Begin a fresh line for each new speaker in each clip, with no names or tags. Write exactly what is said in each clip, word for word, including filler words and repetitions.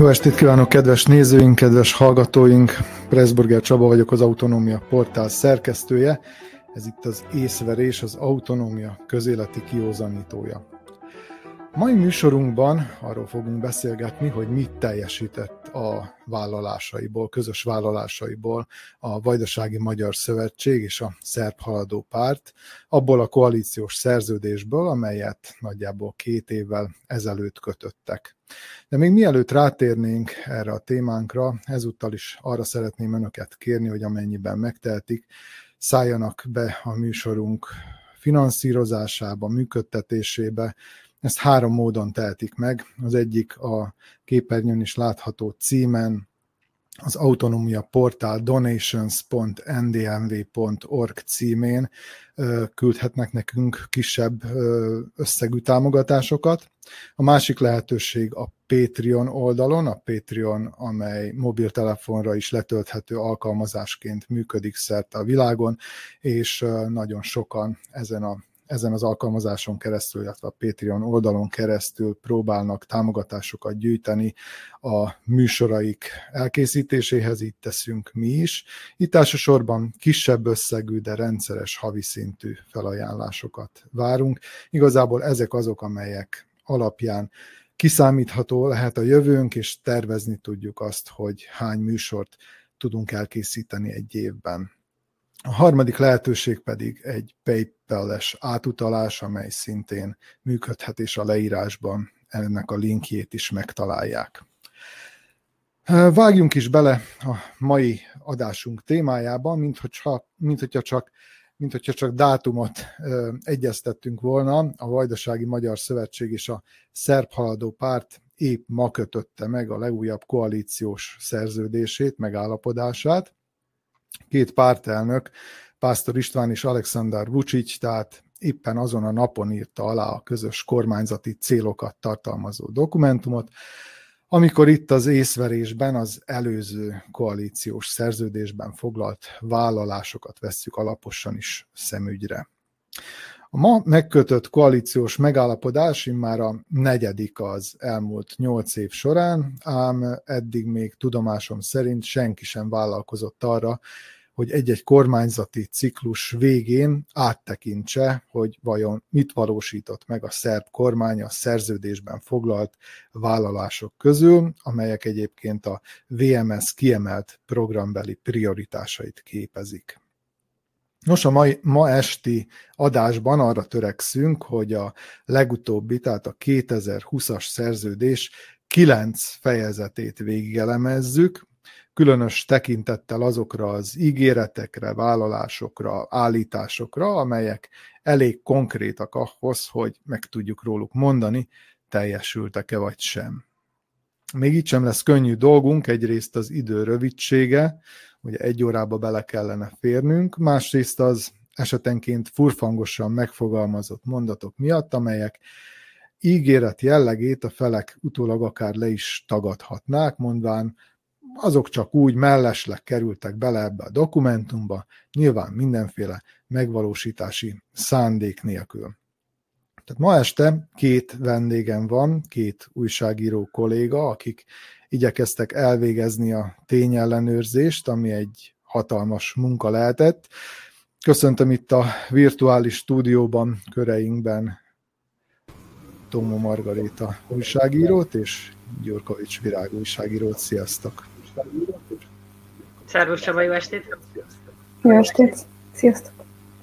Jó estét kívánok, kedves nézőink, kedves hallgatóink! Pressburger Csaba vagyok, az Autonómia portál szerkesztője. Ez itt az Észverés, az Autonómia közéleti kiózanítója. Mai műsorunkban arról fogunk beszélgetni, hogy mit teljesített a vállalásaiból, közös vállalásaiból a Vajdasági Magyar Szövetség és a Szerb Haladó Párt, abból a koalíciós szerződésből, amelyet nagyjából két évvel ezelőtt kötöttek. De még mielőtt rátérnénk erre a témánkra, ezúttal is arra szeretném önöket kérni, hogy amennyiben megtehetik, szálljanak be a műsorunk finanszírozásába, működtetésébe. Ezt három módon tehetik meg. Az egyik a képernyőn is látható címen, az Autonómia portál donations pont n d m v pont org címén küldhetnek nekünk kisebb összegű támogatásokat. A másik lehetőség a Patreon oldalon, a Patreon, amely mobiltelefonra is letölthető alkalmazásként működik szerte a világon, és nagyon sokan ezen a Ezen az alkalmazáson keresztül, illetve a Patreon oldalon keresztül próbálnak támogatásokat gyűjteni a műsoraik elkészítéséhez, így teszünk mi is. Itt elsősorban kisebb összegű, de rendszeres havi szintű felajánlásokat várunk. Igazából ezek azok, amelyek alapján kiszámítható lehet a jövőnk, és tervezni tudjuk azt, hogy hány műsort tudunk elkészíteni egy évben. A harmadik lehetőség pedig egy PayPal-es átutalás, amely szintén működhet, és a leírásban ennek a linkjét is megtalálják. Vágjunk is bele a mai adásunk témájába, mint hogyha, mint hogyha csak, mint hogyha csak dátumot egyeztettünk volna. A Vajdasági Magyar Szövetség és a Szerb Haladó Párt épp ma kötötte meg a legújabb koalíciós szerződését, megállapodását. Két pártelnök, Pásztor István és Aleksandar Vučić, tehát éppen azon a napon írta alá a közös kormányzati célokat tartalmazó dokumentumot, amikor itt az észverésben az előző koalíciós szerződésben foglalt vállalásokat vesszük alaposan is szemügyre. A ma megkötött koalíciós megállapodás immár a negyedik az elmúlt nyolc év során, ám eddig még tudomásom szerint senki sem vállalkozott arra, hogy egy-egy kormányzati ciklus végén áttekintse, hogy vajon mit valósított meg a szerb kormány a szerződésben foglalt vállalások közül, amelyek egyébként a vé em es kiemelt programbeli prioritásait képezik. Nos, a mai, ma esti adásban arra törekszünk, hogy a legutóbbi, tehát a kétezer-húszas szerződés kilenc fejezetét végigelemezzük, különös tekintettel azokra az ígéretekre, vállalásokra, állításokra, amelyek elég konkrétak ahhoz, hogy meg tudjuk róluk mondani, teljesültek-e vagy sem. Még így sem lesz könnyű dolgunk, egyrészt az idő rövidsége, ugye egy órába bele kellene férnünk, másrészt az esetenként furfangosan megfogalmazott mondatok miatt, amelyek ígéret jellegét a felek utólag akár le is tagadhatnák, mondván azok csak úgy mellesleg kerültek bele ebbe a dokumentumba, nyilván mindenféle megvalósítási szándék nélkül. Tehát ma este két vendégem van, két újságíró kolléga, akik igyekeztek elvégezni a tényellenőrzést, ami egy hatalmas munka lehetett. Köszöntöm itt a virtuális stúdióban, köreinkben Tomó Margaréta újságírót és Gyurkovics Virág újságírót. Sziasztok!
Szervusz Csaba, jó estét!
Jó estét! Sziasztok!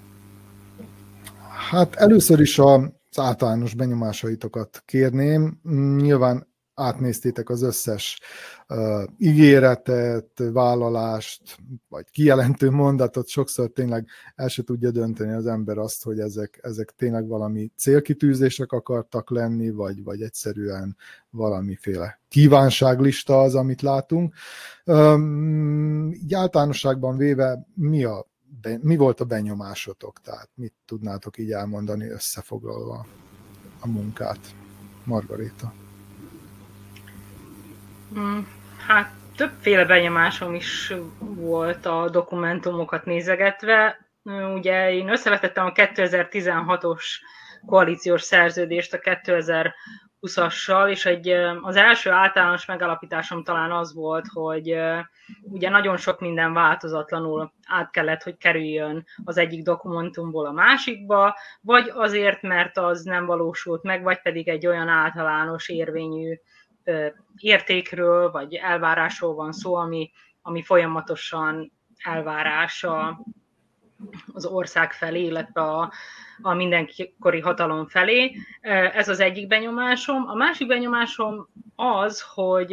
Hát először is az általános benyomásaitokat kérném. Nyilván átnéztétek az összes uh, ígéretet, vállalást, vagy kijelentő mondatot, sokszor tényleg el se tudja dönteni az ember azt, hogy ezek, ezek tényleg valami célkitűzések akartak lenni, vagy, vagy egyszerűen valamiféle kívánságlista az, amit látunk. Um, így általánosságban véve mi, a, mi volt a benyomásotok? Tehát mit tudnátok így elmondani összefoglalva a munkát? Margaréta.
Hát többféle benyomásom is volt a dokumentumokat nézegetve. Ugye én összevetettem a kétezer-tizenhatos koalíciós szerződést a húszassal, és egy, az első általános megállapításom talán az volt, hogy ugye nagyon sok minden változatlanul át kellett, hogy kerüljön az egyik dokumentumból a másikba, vagy azért, mert az nem valósult meg, vagy pedig egy olyan általános érvényű értékről, vagy elvárásról van szó, ami, ami folyamatosan elvárás a, az ország felé, illetve a, a mindenkori hatalom felé. Ez az egyik benyomásom. A másik benyomásom az, hogy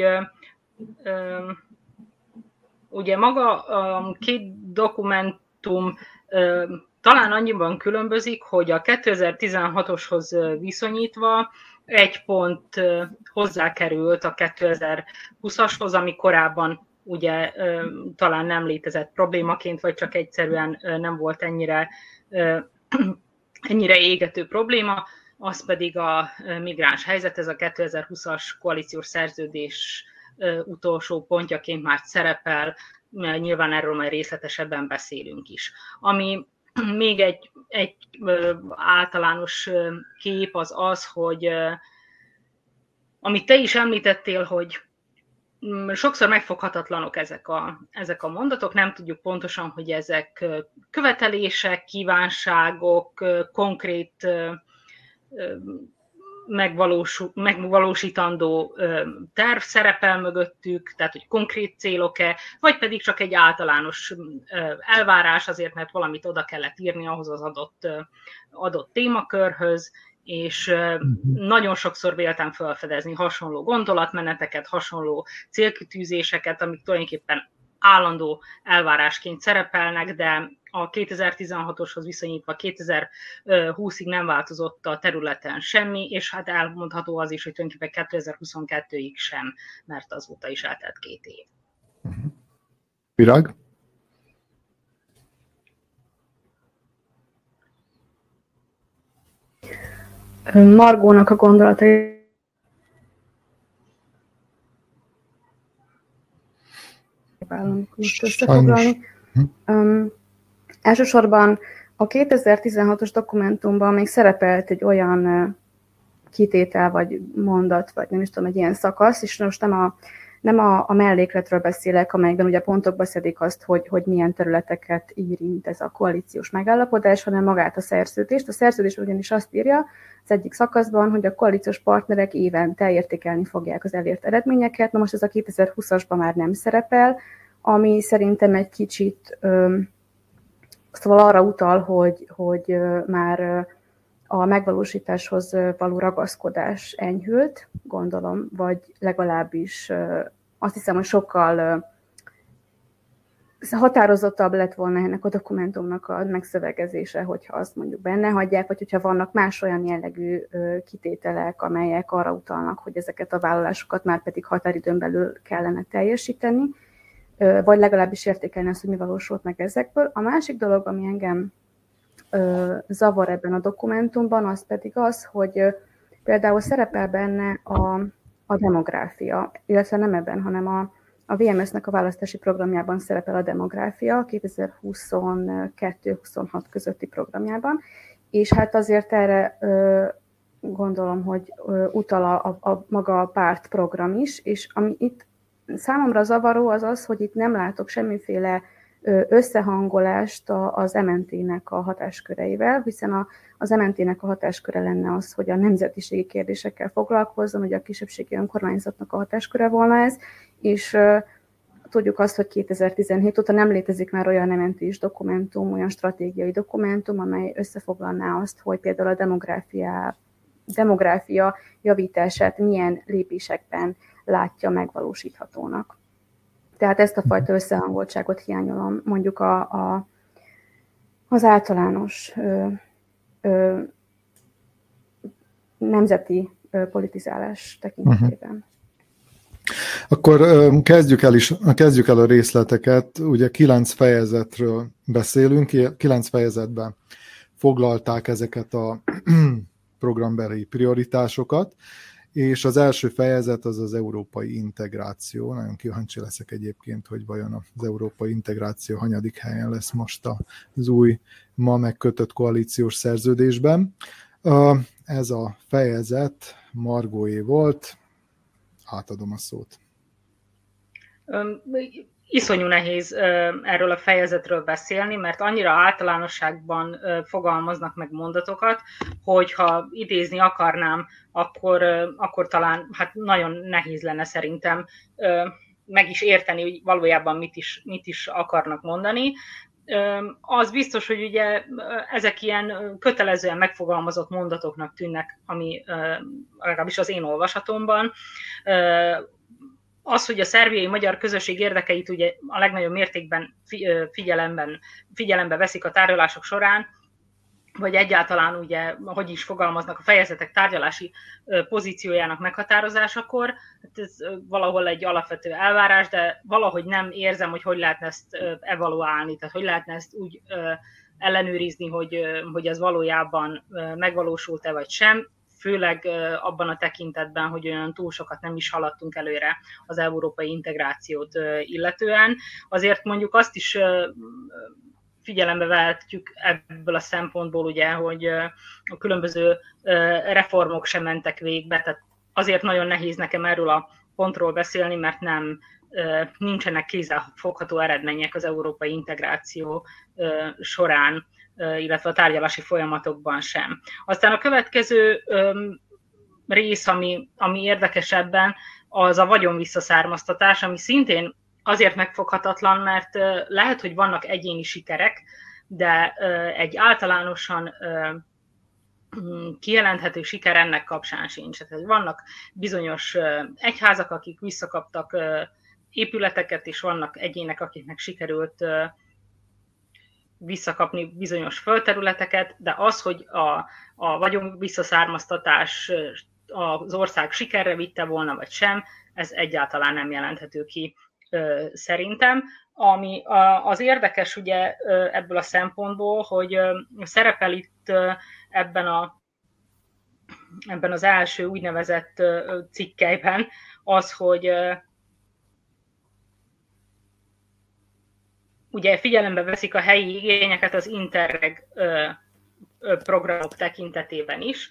ugye maga a két dokumentum talán annyiban különbözik, hogy a kétezer-tizenhatoshoz viszonyítva egy pont hozzákerült a kétezer-húszashoz, ami korábban ugye talán nem létezett problémaként, vagy csak egyszerűen nem volt ennyire, ennyire égető probléma, az pedig a migráns helyzet, ez a kétezer-húszas koalíciós szerződés utolsó pontjaként már szerepel, nyilván erről majd részletesebben beszélünk is. Ami még egy, egy általános kép az az, hogy amit te is említettél, hogy sokszor megfoghatatlanok ezek a, ezek a mondatok, nem tudjuk pontosan, hogy ezek követelések, kívánságok, konkrét megvalósítandó terv szerepel mögöttük, tehát hogy konkrét célok-e, vagy pedig csak egy általános elvárás azért, mert valamit oda kellett írni ahhoz az adott, adott témakörhöz, és nagyon sokszor véltem felfedezni hasonló gondolatmeneteket, hasonló célkitűzéseket, amik tulajdonképpen állandó elvárásként szerepelnek, de a kétezer-tizenhatoshoz viszonyítva kétezer-húszig nem változott a területen semmi, és hát elmondható az is, hogy tulajdonképpen kétezer-huszonkettőig sem, mert azóta is eltelt két év.
Virág?
Margónak a gondolatai most összefoglalni. Um, elsősorban a kétezer-tizenhatos dokumentumban még szerepelt egy olyan uh, kitétel, vagy mondat, vagy nem is tudom, egy ilyen szakasz, és most nem a, nem a, a mellékletről beszélek, amelyekben ugye pontokba szedik azt, hogy, hogy milyen területeket érint ez a koalíciós megállapodás, hanem magát a szerződést. A szerződés ugyanis azt írja az egyik szakaszban, hogy a koalíciós partnerek évente értékelni fogják az elért eredményeket. Na most ez a kétezer-húszasban már nem szerepel, ami szerintem egy kicsit öm, szóval arra utal, hogy, hogy ö, már ö, a megvalósításhoz ö, való ragaszkodás enyhült, gondolom, vagy legalábbis ö, azt hiszem, hogy sokkal ö, határozottabb lett volna ennek a dokumentumnak a megszövegezése, hogyha azt mondjuk benne hagyják, vagy hogyha vannak más olyan jellegű ö, kitételek, amelyek arra utalnak, hogy ezeket a vállalásokat már pedig határidőn belül kellene teljesíteni, vagy legalábbis értékelni azt, hogy mi valósult meg ezekből. A másik dolog, ami engem ö, zavar ebben a dokumentumban, az pedig az, hogy ö, például szerepel benne a, a demográfia, illetve nem ebben, hanem a, a vé em es-nek a választási programjában szerepel a demográfia, kétezer-huszonkettő-huszonhat közötti programjában, és hát azért erre ö, gondolom, hogy ö, utal a, a, a maga a pártprogram is, és ami itt számomra zavaró az az, hogy itt nem látok semmiféle összehangolást az em en té-nek a hatásköreivel, hiszen az em en té-nek a hatásköre lenne az, hogy a nemzetiségi kérdésekkel foglalkozzon, hogy a kisebbségi önkormányzatnak a hatásköre volna ez, és tudjuk azt, hogy kétezer-tizenhét óta nem létezik már olyan em en té-s dokumentum, olyan stratégiai dokumentum, amely összefoglalná azt, hogy például a demográfia, demográfia javítását milyen lépésekben látja megvalósíthatónak. Tehát ezt a fajta összehangoltságot hiányolom mondjuk a, a, az általános ö, ö, nemzeti ö, politizálás tekintetében. Uh-huh.
Akkor ö, kezdjük el, is, kezdjük el a részleteket. Ugye kilenc fejezetről beszélünk, kilenc fejezetben foglalták ezeket a programbeli prioritásokat, és az első fejezet az az európai integráció. Nagyon kíváncsi leszek egyébként, hogy vajon az európai integráció hanyadik helyen lesz most az új, ma megkötött koalíciós szerződésben. Ez a fejezet Margóé volt. Átadom a szót.
Iszonyú nehéz erről a fejezetről beszélni, mert annyira általánosságban fogalmaznak meg mondatokat, hogy ha idézni akarnám, akkor, akkor talán hát nagyon nehéz lenne szerintem meg is érteni, hogy valójában mit is, mit is akarnak mondani. Az biztos, hogy ugye ezek ilyen kötelezően megfogalmazott mondatoknak tűnnek, ami legalábbis az én olvasatomban. Az, hogy a szerbiai magyar közösség érdekeit ugye a legnagyobb mértékben figyelemben, figyelembe veszik a tárgyalások során, vagy egyáltalán ugye, hogy is fogalmaznak a fejezetek tárgyalási pozíciójának meghatározásakor, hát ez valahol egy alapvető elvárás, de valahogy nem érzem, hogy hogy lehetne ezt evaluálni, tehát hogy lehetne ezt úgy ellenőrizni, hogy, hogy ez valójában megvalósult-e vagy sem, főleg abban a tekintetben, hogy olyan túl sokat nem is haladtunk előre az európai integrációt illetően. Azért mondjuk azt is figyelembe vehetjük ebből a szempontból, ugye, hogy a különböző reformok sem mentek végbe, tehát azért nagyon nehéz nekem erről a pontról beszélni, mert nem nincsenek kézzelfogható eredmények az európai integráció során, illetve a tárgyalási folyamatokban sem. Aztán a következő rész, ami, ami érdekesebben, az a vagyonvisszaszármaztatás, ami szintén azért megfoghatatlan, mert lehet, hogy vannak egyéni sikerek, de egy általánosan kijelenthető siker ennek kapcsán sincs. Tehát vannak bizonyos egyházak, akik visszakaptak épületeket, és vannak egyének, akiknek sikerült visszakapni bizonyos földterületeket, de az, hogy a, a vagyonvisszaszármaztatás az ország sikerre vitte volna, vagy sem, ez egyáltalán nem jelenthető ki szerintem. Ami az érdekes ugye ebből a szempontból, hogy szerepel itt ebben, a, ebben az első úgynevezett cikkelyben az, hogy ugye figyelembe veszik a helyi igényeket az Interreg programok tekintetében is.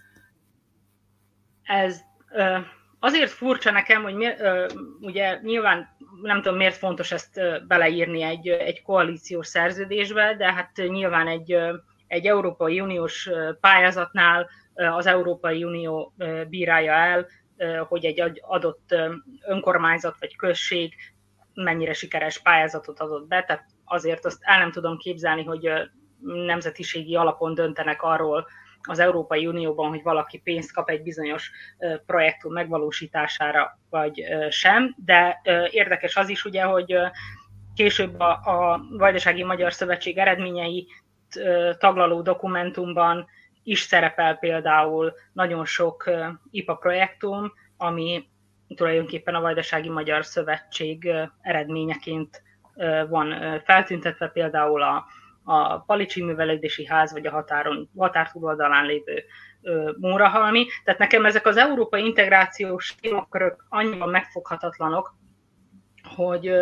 Ez azért furcsa nekem, hogy mi, ugye nyilván nem tudom, miért fontos ezt beleírni egy, egy koalíciós szerződésbe, de hát nyilván egy, egy Európai Uniós pályázatnál az Európai Unió bírálja el, hogy egy adott önkormányzat vagy község mennyire sikeres pályázatot adott be, tehát azért azt el nem tudom képzelni, hogy nemzetiségi alapon döntenek arról az Európai Unióban, hogy valaki pénzt kap egy bizonyos projektum megvalósítására, vagy sem, de érdekes az is ugye, hogy később a, a Vajdasági Magyar Szövetség eredményei taglaló dokumentumban is szerepel például nagyon sok i pé á projektum, ami tulajdonképpen a Vajdasági Magyar Szövetség eredményeként van feltüntetve, például a, a Palicsi Művelődési Ház, vagy a határon, határ túloldalán lévő Mórahalmi. Tehát nekem ezek az európai integrációs témakörök annyiban megfoghatatlanok, hogy,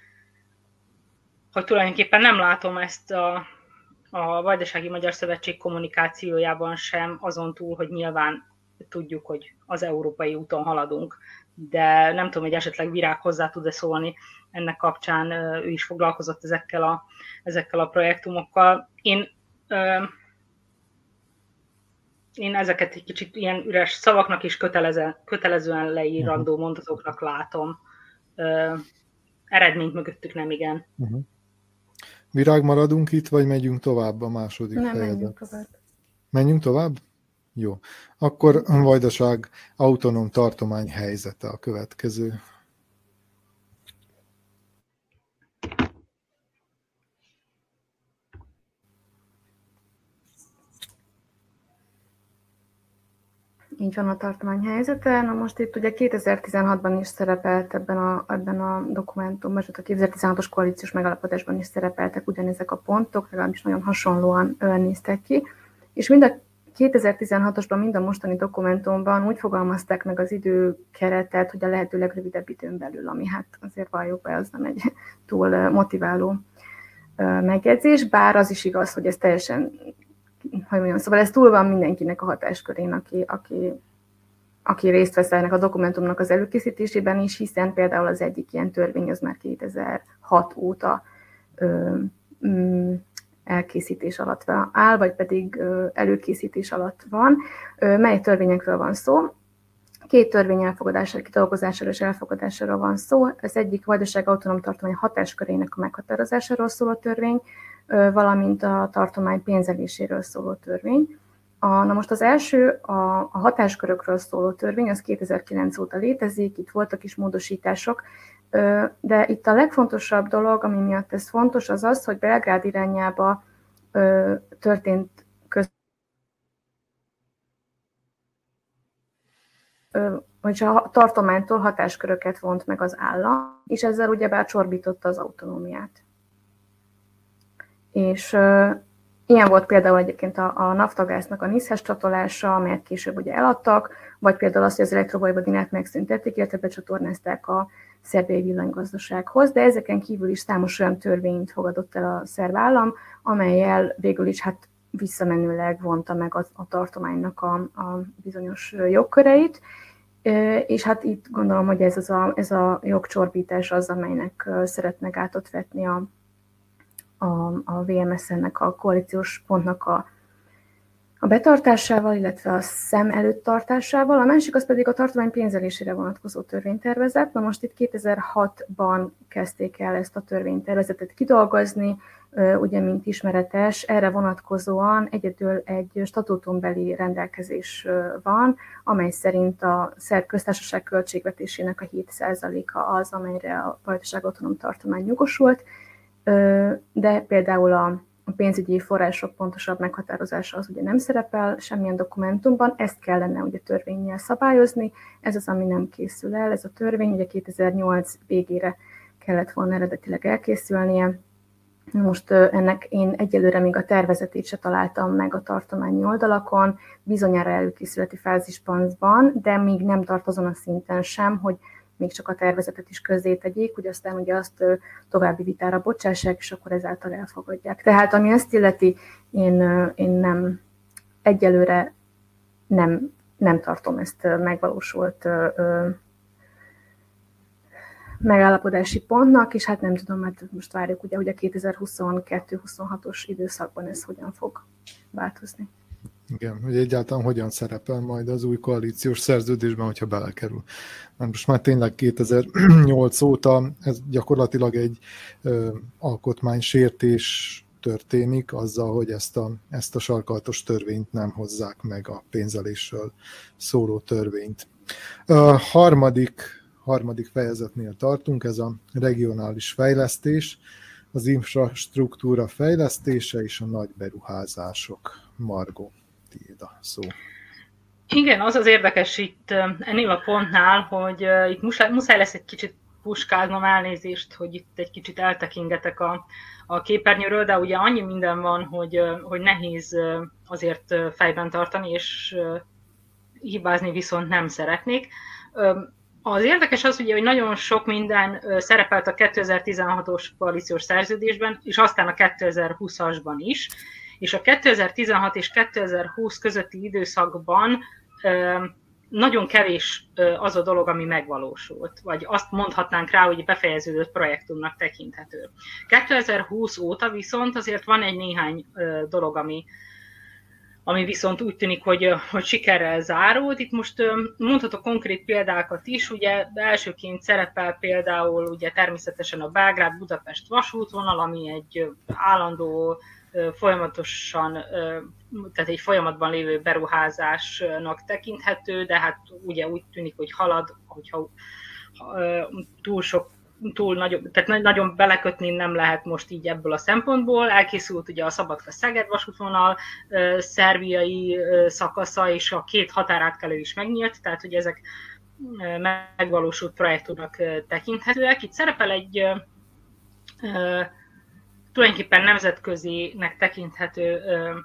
hogy tulajdonképpen nem látom ezt a, a Vajdasági Magyar Szövetség kommunikációjában sem, azon túl, hogy nyilván tudjuk, hogy az európai úton haladunk, de nem tudom, hogy esetleg Virág hozzá tud-e szólni ennek kapcsán, ő is foglalkozott ezekkel a, ezekkel a projektumokkal. Én, én ezeket egy kicsit ilyen üres szavaknak is kötelező, kötelezően leírandó mondatoknak látom. Eredményt mögöttük nem igen.
Uh-huh. Virág, maradunk itt, vagy megyünk tovább a második
nem,
fejezet?
menjünk tovább.
Menjünk tovább? Jó. Akkor a Vajdaság autonóm tartomány helyzete a következő.
Így van a tartomány helyzete. Na most itt ugye kétezer-tizenhatban is szerepelt ebben a, ebben a dokumentumban, és a kétezer-tizenhatos koalíciós megállapodásban is szerepeltek ugyanezek a pontok, legalábbis nagyon hasonlóan néztek ki. És mind a kétezer-tizenhatosban, mind a mostani dokumentumban úgy fogalmazták meg az időkeretet, hogy a lehető legrövidebb időn belül, ami hát azért valljuk be, az nem egy túl motiváló megjegyzés, bár az is igaz, hogy ez teljesen hogy mondjam, szóval ez túl van mindenkinek a hatáskörén, aki, aki, aki részt vesz ennek a dokumentumnak az előkészítésében is, hiszen például az egyik ilyen törvény az már kétezer-hat óta ö, mm, elkészítés alatt áll, vagy pedig ö, előkészítés alatt van. Ö, mely törvényekről van szó? Két törvény elfogadására, kidolgozására és elfogadására van szó. Az egyik Vajdaság autonóm tartomány hatáskörének a meghatározásáról szóló törvény, valamint a tartomány pénzeléséről szóló törvény. A, na most az első, a, a hatáskörökről szóló törvény, az kétezer-kilenc óta létezik, itt voltak is módosítások, de itt a legfontosabb dolog, ami miatt ez fontos, az az, hogy Belgrád irányába történt köz vagy a tartománytól hatásköröket vont meg az állam, és ezzel ugyebár csorbította az autonómiát. És uh, ilyen volt például egyébként a, a Naftagásznak a NISZ-hez csatolása, amelyet később ugye eladtak, vagy például az, hogy az Elektrovojvodinát megszüntették, illetve becsatornázták a szerbiai villanygazdasághoz, de ezeken kívül is számos olyan törvényt fogadott el a szerb állam, amellyel végül is hát visszamenőleg vonta meg a, a tartománynak a, a bizonyos jogköreit, és hát itt gondolom, hogy ez, az a, ez a jogcsorbítás az, amelynek szeretne gátot vetni a, a, a vé em es en-nek a koalíciós pontnak a, a betartásával, illetve a szem előtt tartásával. A másik az pedig a tartomány pénzelésére vonatkozó törvénytervezet. Na most itt kétezer-hatban kezdték el ezt a törvénytervezetet kidolgozni, ugye, mint ismeretes, erre vonatkozóan egyedül egy statútumbeli rendelkezés van, amely szerint a szerb köztársaság költségvetésének a hét százaléka az, amelyre a Vajdaság autonóm tartomány jogosult, de például a pénzügyi források pontosabb meghatározása az ugye nem szerepel semmilyen dokumentumban, ezt kellene ugye törvénnyel szabályozni, ez az, ami nem készül el, ez a törvény, ugye kétezer-nyolc végére kellett volna eredetileg elkészülnie. Most ennek én egyelőre még a tervezetét se találtam meg a tartományi oldalakon, bizonyára előkészületi fázisban van, de még nem tart azon a szinten sem, hogy még csak a tervezetet is közzétegyék, hogy aztán ugye azt további vitára bocsássák, és akkor ezáltal elfogadják. Tehát ami ezt illeti, én, én nem, egyelőre nem, nem tartom ezt megvalósult megállapodási pontnak, és hát nem tudom, mert most várjuk ugye, hogy a kétezer-huszonkettő-huszonhatos időszakban ez hogyan fog változni.
Igen, hogy egyáltalán hogyan szerepel majd az új koalíciós szerződésben, hogyha belekerül. Mert most már tényleg kétezer-nyolc óta ez gyakorlatilag egy ö, alkotmánysértés történik azzal, hogy ezt a, ezt a sarkalatos törvényt nem hozzák meg, a pénzelésről szóló törvényt. A harmadik harmadik fejezetnél tartunk, ez a regionális fejlesztés, az infrastruktúra fejlesztése és a nagy beruházások. Margó, tiéd a szó.
Igen, az az érdekes itt ennél a pontnál, hogy itt muszáj, muszáj lesz egy kicsit puskáznom, elnézést, hogy itt egy kicsit eltekingetek a, a képernyőről, de ugye annyi minden van, hogy, hogy nehéz azért fejben tartani, és hibázni viszont nem szeretnék. Az érdekes az, ugye, hogy nagyon sok minden szerepelt a kétezer-tizenhatos koalíciós szerződésben, és aztán a kétezer-húszasban is, és a kétezer-tizenhat és kétezer-húsz közötti időszakban nagyon kevés az a dolog, ami megvalósult, vagy azt mondhatnánk rá, hogy befejeződött projektumnak tekinthető. kétezer-húsz óta viszont azért van egy néhány dolog, ami ami viszont úgy tűnik, hogy, hogy sikerrel zárult. Itt most mondhatok konkrét példákat is, ugye elsőként szerepel például ugye természetesen a Belgrád-Budapest vasútvonal, ami egy állandó, folyamatosan, tehát egy folyamatban lévő beruházásnak tekinthető, de hát ugye úgy tűnik, hogy halad, hogyha túl sok túl nagyon, tehát nagyon belekötni nem lehet most így ebből a szempontból. Elkészült ugye a Szabadka-Szeged vasútvonal szerbiai szakasza, és a két határátkelő is megnyílt, tehát hogy ezek megvalósult projektumnak tekinthetőek. Itt szerepel egy tulajdonképpen nemzetközinek tekinthető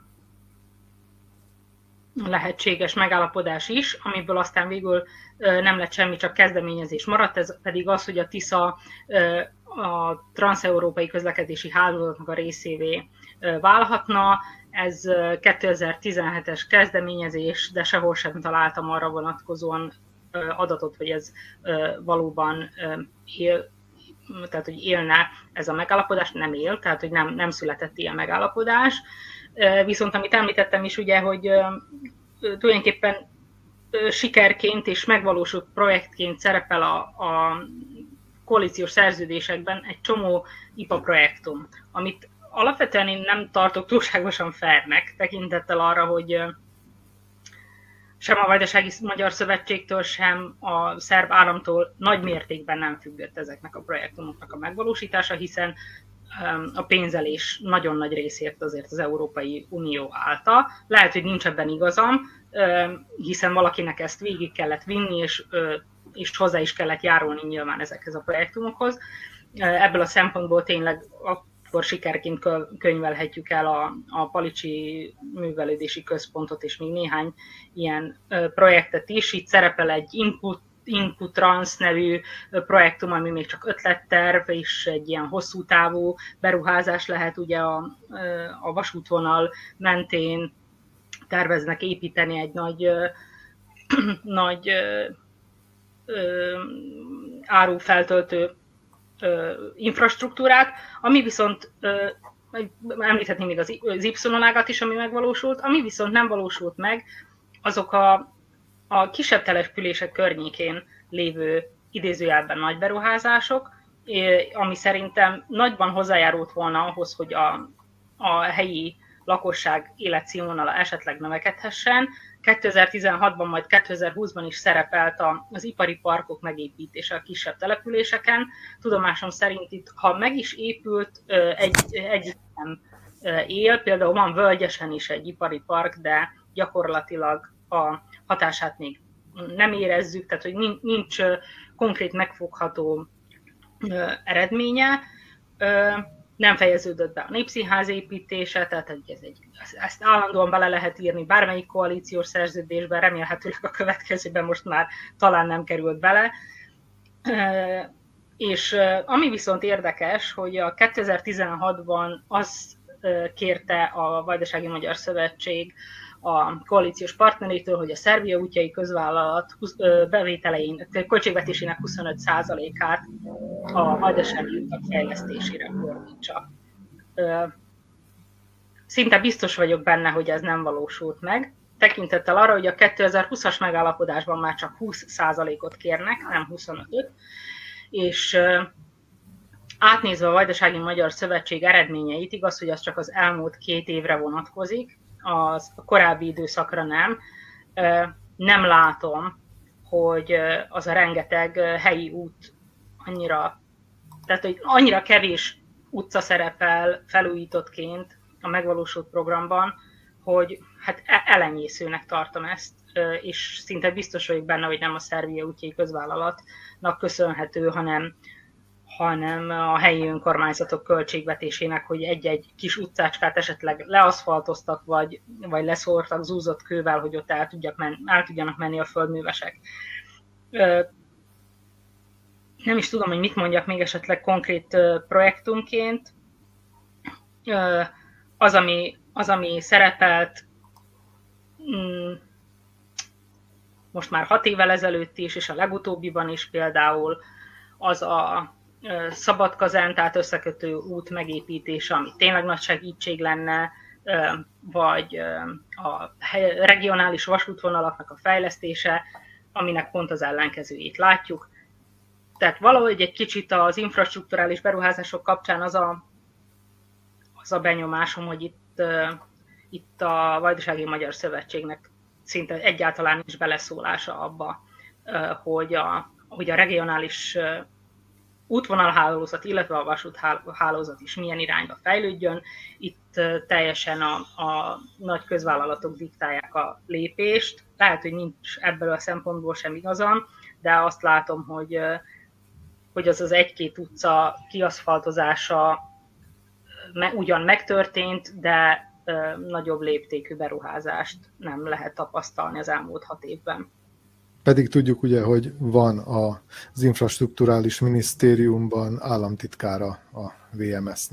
lehetséges megállapodás is, amiből aztán végül nem lett semmi, csak kezdeményezés maradt, ez pedig az, hogy a Tisza a transzeurópai közlekedési hálózatnak a részévé válhatna. Ez kétezer-tizenhetes kezdeményezés, de sehol sem találtam arra vonatkozóan adatot, hogy ez valóban él, tehát hogy élne ez a megállapodás, nem él, tehát hogy nem, nem született ilyen megállapodás. Viszont amit említettem is, ugye, hogy tulajdonképpen sikerként és megvalósult projektként szerepel a, a koalíciós szerződésekben egy csomó I P A projektum, amit alapvetően én nem tartok túlságosan fairnek, tekintettel arra, hogy sem a Vajdasági Magyar Szövetségtől, sem a szerb államtól nagy mértékben nem függött ezeknek a projektumoknak a megvalósítása, hiszen a pénzelés nagyon nagy részét azért az Európai Unió állta. Lehet, hogy nincs ebben igazam, hiszen valakinek ezt végig kellett vinni, és, és hozzá is kellett járulni nyilván ezekhez a projektumokhoz. Ebből a szempontból tényleg akkor sikerként könyvelhetjük el a, a Palicsi Művelődési Központot, és még néhány ilyen projektet is. Itt szerepel egy Input, Input Trans nevű projektum, ami még csak ötletterv, és egy ilyen hosszú távú beruházás lehet, ugye a, a vasútvonal mentén terveznek építeni egy nagy, nagy árufeltöltő infrastruktúrát, ami viszont, említhetném még az Y-ágat is, ami megvalósult, ami viszont nem valósult meg, azok a, a kisebb települések környékén lévő idézőjelben nagy beruházások, ami szerintem nagyban hozzájárult volna ahhoz, hogy a, a helyi lakosság életszínvonala esetleg növekedhessen. kétezer-tizenhatban, majd kétezer-húszban is szerepelt az ipari parkok megépítése a kisebb településeken. Tudomásom szerint itt, ha meg is épült, egy, egy nem él, például van Völgyesen is egy ipari park, de gyakorlatilag a hatását még nem érezzük, tehát hogy nincs konkrét megfogható eredménye. Nem fejeződött be a Népszínház építése, tehát ez egy, ezt állandóan bele lehet írni bármelyik koalíciós szerződésben, remélhetőleg a következőben most már talán nem került bele. És ami viszont érdekes, hogy a kétezer-tizenhatban azt kérte a Vajdasági Magyar Szövetség a koalíciós partnerétől, hogy a Szerbia útjai közvállalat bevételein, költségvetésének huszonöt százalékát a vajdasági utak fejlesztésére fordítsa. Szinte biztos vagyok benne, hogy ez nem valósult meg. Tekintettel arra, hogy a kétezer-húszas megállapodásban már csak húsz százalékot kérnek, nem huszonötöt, és átnézve a Vajdasági Magyar Szövetség eredményeit, igaz, hogy az csak az elmúlt két évre vonatkozik, az a korábbi időszakra nem. Nem látom, hogy az a rengeteg helyi út annyira, tehát hogy annyira kevés utca szerepel felújítottként a megvalósult programban, hogy hát elenyészőnek tartom ezt, és szinte biztos vagyok benne, hogy nem a Szerbia útjai közvállalatnak köszönhető, hanem hanem a helyi önkormányzatok költségvetésének, hogy egy-egy kis utcácskát esetleg leaszfaltoztak, vagy, vagy leszórtak zúzott kővel, hogy ott el, tudjak men, el tudjanak menni a földművesek. Nem is tudom, hogy mit mondjak még esetleg konkrét projektumként. Az, ami, az, ami szerepelt most már hat évvel ezelőtt is, és a legutóbbiban is például, az a Szabadkazán, tehát összekötő út megépítése, ami tényleg nagy segítség lenne, vagy a regionális vasútvonalaknak a fejlesztése, aminek pont az ellenkezőjét látjuk. Tehát valahogy egy kicsit az infrastrukturális beruházások kapcsán az a, az a benyomásom, hogy itt, itt a Vajdasági Magyar Szövetségnek szinte egyáltalán nincs beleszólása abba, hogy a, hogy a regionális útvonalhálózat, illetve a vasúthálózat is milyen irányba fejlődjön. Itt teljesen a, a nagy közvállalatok diktálják a lépést. Lehet, hogy nincs ebből a szempontból sem igazam, de azt látom, hogy, hogy az az egy-két utca kiaszfaltozása ugyan megtörtént, de nagyobb léptékű beruházást nem lehet tapasztalni az elmúlt hat évben.
Pedig tudjuk ugye, hogy van az infrastrukturális minisztériumban államtitkára a vé em es-nek.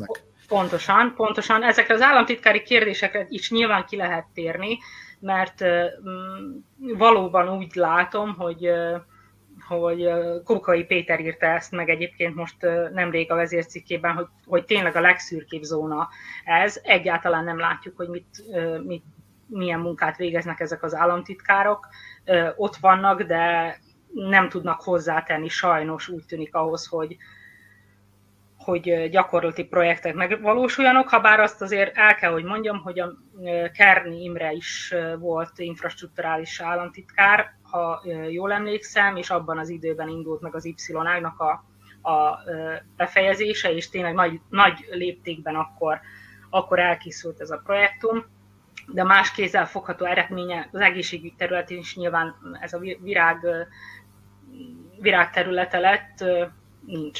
Pontosan, pontosan. Ezekre az államtitkári kérdésekre is nyilván ki lehet térni, mert valóban úgy látom, hogy, hogy Kókai Péter írta ezt meg egyébként most nemrég a vezércikkében, hogy, hogy tényleg a legszürkébb zóna ez. Egyáltalán nem látjuk, hogy mit, mit, milyen munkát végeznek ezek az államtitkárok. Ott vannak, de nem tudnak hozzátenni, sajnos úgy tűnik ahhoz, hogy, hogy gyakorlati projektek megvalósuljanak, ha bár azt azért el kell, hogy mondjam, hogy a Kerni Imre is volt infrastrukturális államtitkár, ha jól emlékszem, és abban az időben indult meg az Y-ágnak a, a befejezése, és tényleg nagy, nagy léptékben akkor, akkor elkészült ez a projektum, de más kézzel fogható eredménye az egészségügy területén is nyilván ez a virág, virág területe lett, nincs.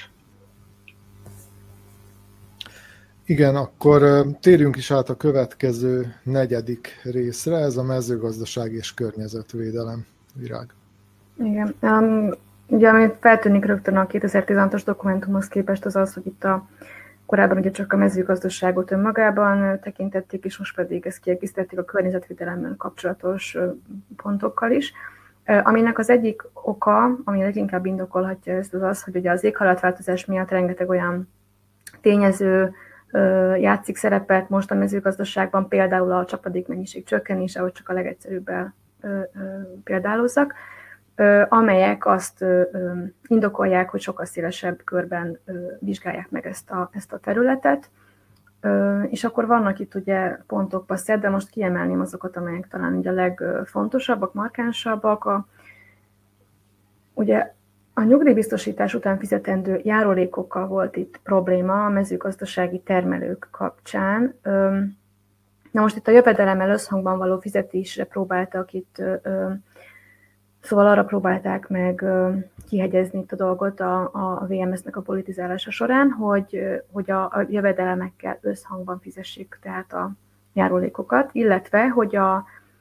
Igen, akkor térjünk is át a következő negyedik részre, ez a mezőgazdaság és környezetvédelem. Virág.
Igen. Um, ugye, ami feltűnik rögtön a kétezer-tizenhatos dokumentumhoz képest, az az, hogy itt a korábban ugye csak a mezőgazdaságot önmagában tekintették, és most pedig ezt kiegészítették a környezetvédelemmel kapcsolatos pontokkal is. Aminek az egyik oka, ami leginkább indokolhatja ezt, az az, hogy ugye az éghajlatváltozás miatt rengeteg olyan tényező játszik szerepet most a mezőgazdaságban, például a csapadékmennyiség csökkenése, ahogy csak a legegyszerűbben példálozzak, amelyek azt indokolják, hogy sokkal szélesebb körben vizsgálják meg ezt a, ezt a területet. És akkor vannak itt ugye pontok passzert, de most kiemelném azokat, amelyek talán ugye a legfontosabbak, markánsabbak. A, ugye a nyugdíjbiztosítás után fizetendő járulékokkal volt itt probléma a mezőgazdasági termelők kapcsán. Na most itt a jövedelemmel összhangban való fizetésre próbáltak itt, szóval arra próbálták meg kihegyezni itt a dolgot a, a vé em es-nek a politizálása során, hogy, hogy a, a jövedelemekkel összhangban fizessék tehát a járulékokat, illetve hogy a,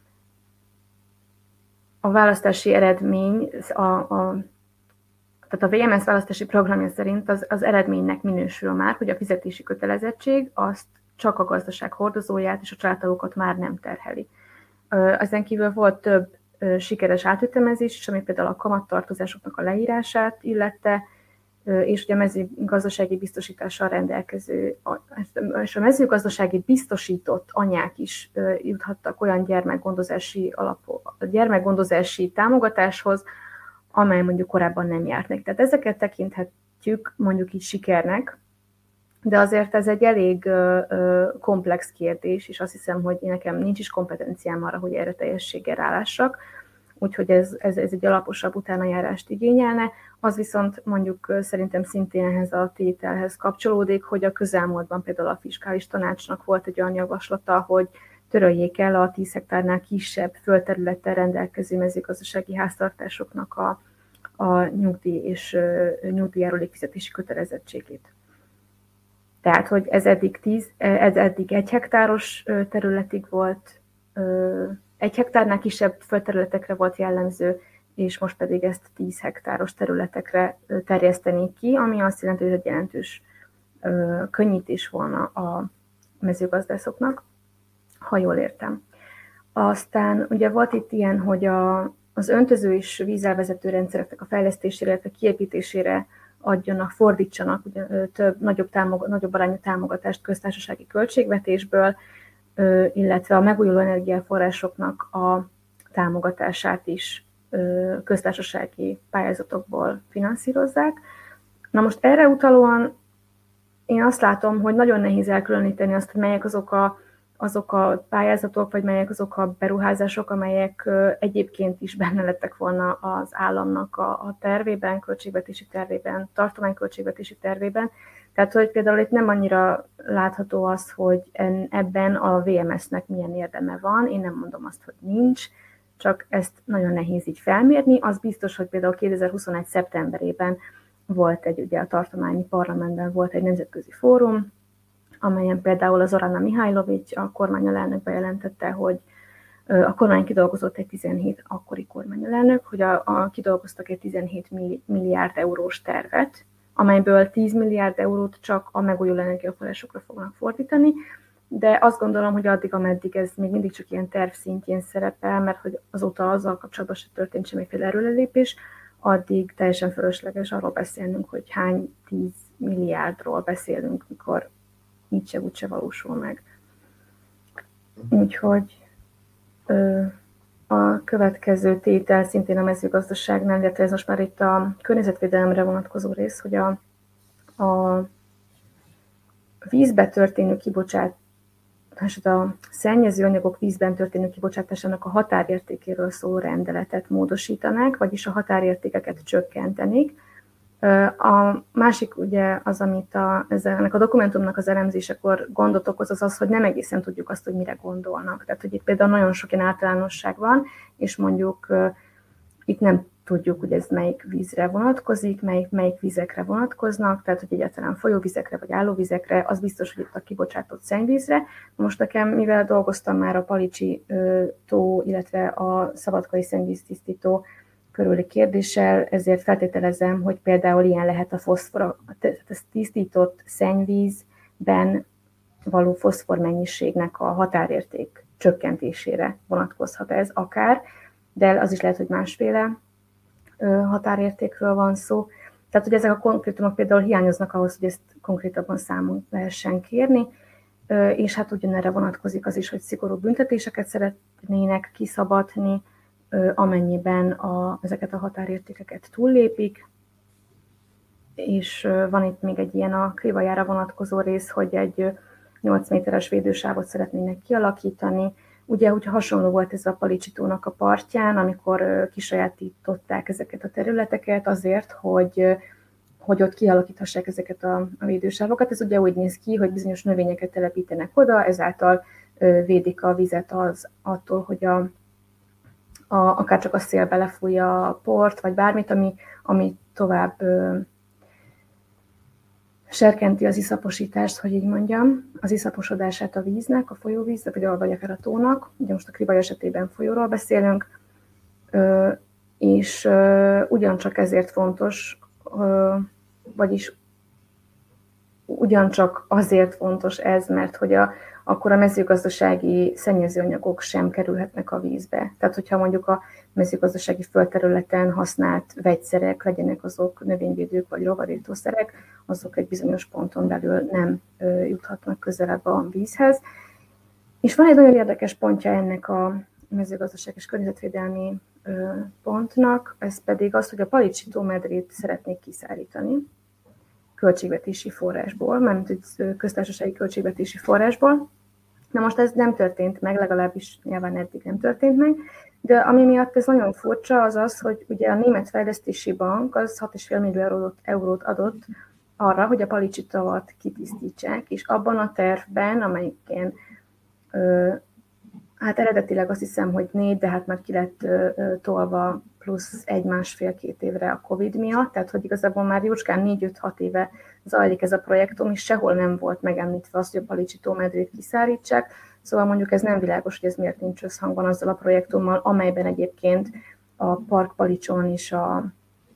a választási eredmény, a, a Tehát a vé em es választási programja szerint az, az eredménynek minősül már, hogy a fizetési kötelezettség azt csak a gazdaság hordozóját és a családtagokat már nem terheli. Ezen kívül volt több sikeres átütemezés is, ami például a kamattartozásoknak a leírását illette, és ugye a mezőgazdasági biztosítással rendelkező, és a mezőgazdasági biztosított anyák is juthattak olyan gyermekgondozási, alapú, gyermekgondozási támogatáshoz, amely mondjuk korábban nem járt meg. Tehát ezeket tekinthetjük mondjuk így sikernek, de azért ez egy elég komplex kérdés, és azt hiszem, hogy nekem nincs is kompetenciám arra, hogy erre teljességgel rálássak, úgyhogy ez, ez, ez egy alaposabb utánajárást igényelne. Az viszont mondjuk szerintem szintén ehhez a tételhez kapcsolódik, hogy a közelmúltban például a fiskális tanácsnak volt egy olyan javaslata, hogy töröljék el a tíz hektárnál kisebb földterülettel rendelkező mezőgazdasági háztartásoknak a, a nyugdíj és nyugdíjjárulék fizetési kötelezettségét. Tehát, hogy ez eddig, tíz, ez eddig egy hektáros területig volt, egy hektárnál kisebb földterületekre volt jellemző, és most pedig ezt tíz hektáros területekre terjesztenék ki, ami azt jelenti, hogy egy jelentős könnyítés volna a mezőgazdászoknak, ha jól értem. Aztán ugye volt itt ilyen, hogy a, az öntöző és vízelvezető rendszereknek a fejlesztésére, illetve kiépítésére adjanak, fordítsanak ugye, több, nagyobb, támog, nagyobb arányú támogatást köztársasági költségvetésből, illetve a megújuló energiaforrásoknak a támogatását is köztársasági pályázatokból finanszírozzák. Na most erre utalóan én azt látom, hogy nagyon nehéz elkülöníteni azt, hogy melyek azok a, azok a pályázatok, vagy melyek azok a beruházások, amelyek egyébként is benne lettek volna az államnak a, a tervében, költségvetési tervében, tartományköltségvetési tervében. Tehát, hogy például itt nem annyira látható az, hogy ebben a vé em es-nek milyen érdeme van, én nem mondom azt, hogy nincs, csak ezt nagyon nehéz így felmérni. Az biztos, hogy például kétezer-huszonegy. szeptemberében volt egy, ugye a tartományi parlamentben volt egy nemzetközi fórum, amelyen például az Zorana Mihajlovics, a kormányalelnök bejelentette, hogy a kormány kidolgozott egy tizenhét, akkori kormányalelnök, hogy a, a, kidolgoztak egy tizenhét milliárd eurós tervet amelyből tíz milliárd eurót csak a megújuló energiaforrásokra fognak fordítani, de azt gondolom, hogy addig, ameddig ez még mindig csak ilyen terv szintjén szerepel, mert hogy azóta azzal kapcsolatban se történt semmiféle erőlelépés, addig teljesen fölösleges arról beszélnünk, hogy hány tíz milliárdról beszélünk, mikor így se úgy se valósul meg. Úgyhogy ö, a következő tétel szintén a mezőgazdaságnál, illetve ez most már itt a környezetvédelemre vonatkozó rész, hogy a, a vízbe történő kibocsátás, a szennyező anyagok vízben történő kibocsátásának a határértékéről szóló rendeletet módosítanák, vagyis a határértékeket csökkentenék. A másik ugye az, amit a, ennek a dokumentumnak az elemzésekor gondot okoz, az az, hogy nem egészen tudjuk azt, hogy mire gondolnak. Tehát, hogy itt például nagyon sok ilyen általánosság van, és mondjuk itt nem tudjuk, hogy ez melyik vízre vonatkozik, melyik, melyik vizekre vonatkoznak, tehát, hogy egyáltalán folyóvizekre vagy állóvizekre, az biztos, hogy itt a kibocsátott szennyvízre. Most nekem, mivel dolgoztam már a Palicsi tó, illetve a szabadkai szennyvíztisztító körüli kérdéssel, ezért feltételezem, hogy például ilyen lehet a foszfor, a tisztított szennyvízben való foszfor mennyiségnek a határérték csökkentésére vonatkozhat ez akár, de az is lehet, hogy másféle határértékről van szó. Tehát, hogy ezek a konkrétumok például hiányoznak ahhoz, hogy ezt konkrétabban számon lehessen kérni, és hát ugyanerre vonatkozik az is, hogy szigorú büntetéseket szeretnének kiszabadni, amennyiben a, ezeket a határértékeket túllépik, és van itt még egy ilyen a krivajára vonatkozó rész, hogy egy nyolc méteres védősávot szeretnének kialakítani. Ugye, hogyha hasonló volt ez a Palicsi tónak a partján, amikor kisajátították ezeket a területeket azért, hogy, hogy ott kialakíthassák ezeket a, a védősávokat. Ez ugye úgy néz ki, hogy bizonyos növényeket telepítenek oda, ezáltal védik a vizet az, attól, hogy a A, akár csak a szél belefújja a port, vagy bármit, ami, ami tovább ö, serkenti az iszaposítást, hogy így mondjam, az iszaposodását a víznek, a folyóvíznek, vagy, vagy akár a tónak. Ugye most a Krivaj esetében folyóról beszélünk, ö, és ö, ugyancsak ezért fontos, ö, vagyis ugyancsak azért fontos ez, mert hogy a, akkor a mezőgazdasági szennyezőanyagok sem kerülhetnek a vízbe. Tehát, hogyha mondjuk a mezőgazdasági földterületen használt vegyszerek, legyenek azok növényvédők vagy rovarítószerek, azok egy bizonyos ponton belül nem juthatnak közelebb a vízhez. És van egy nagyon érdekes pontja ennek a mezőgazdaság és környezetvédelmi pontnak, ez pedig az, hogy a Palicsi tómedrét szeretnék kiszállítani költségvetési forrásból, mármint egy köztársasági költségvetési forrásból. Na most ez nem történt meg, legalábbis nyilván eddig nem történt meg, de ami miatt ez nagyon furcsa, az az, hogy ugye a Német Fejlesztési Bank az hat egész öt millió eurót adott arra, hogy a Palicsi tavat kitisztítsák, és abban a tervben, amelyiken ö, hát eredetileg azt hiszem, hogy négy, de hát már ki lett ö, tolva plusz egy-másfél-két évre a Covid miatt, tehát hogy igazából már jócskán négy-öt-hat éve zajlik ez a projektum, és sehol nem volt megemlítve az, hogy a Palicsi tómedrét kiszállítsák, szóval mondjuk ez nem világos, hogy ez miért nincs összhangban azzal a projektummal, amelyben egyébként a Park Palicson és a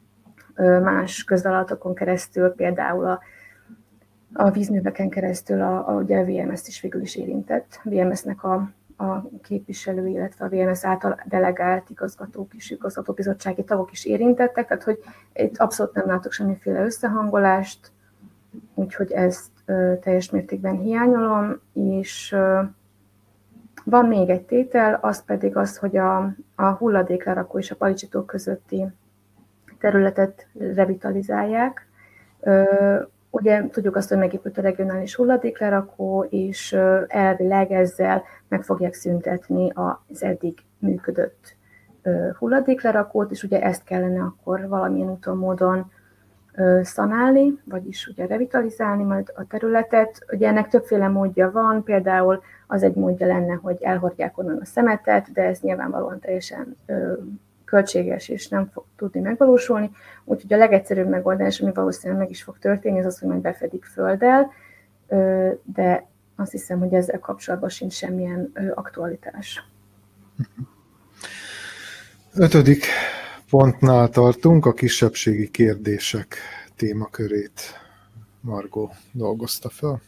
más közvállalatokon keresztül, például a, a vízműveken keresztül a, a, ugye a vé em es-t is végül is érintett. vé em es-nek a a képviselő, illetve a vé em es által delegált igazgatók és igazgatóbizottsági tagok is érintettek, tehát hogy itt abszolút nem látok semmiféle összehangolást, úgyhogy ezt ö, teljes mértékben hiányolom, és ö, van még egy tétel, az pedig az, hogy a, a hulladéklerakó és a Palicsi tó közötti területet revitalizálják. Ö, Ugye tudjuk azt, hogy megépült a regionális hulladéklerakó, és elvileg ezzel meg fogják szüntetni az eddig működött hulladéklerakót, és ugye ezt kellene akkor valamilyen úton, módon szanálni, vagyis ugye revitalizálni majd a területet. Ugye ennek többféle módja van, például az egy módja lenne, hogy elhordják onnan a szemetet, de ez nyilvánvalóan teljesen költséges és nem fog tudni megvalósulni. Úgyhogy a legegyszerűbb megoldás, ami valószínűleg meg is fog történni, az az, hogy majd befedik földdel, de azt hiszem, hogy ezzel kapcsolatban sincs semmilyen aktualitás.
Ötödik pontnál tartunk, a kisebbségi kérdések témakörét Margó dolgozta föl.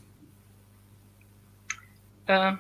Uh,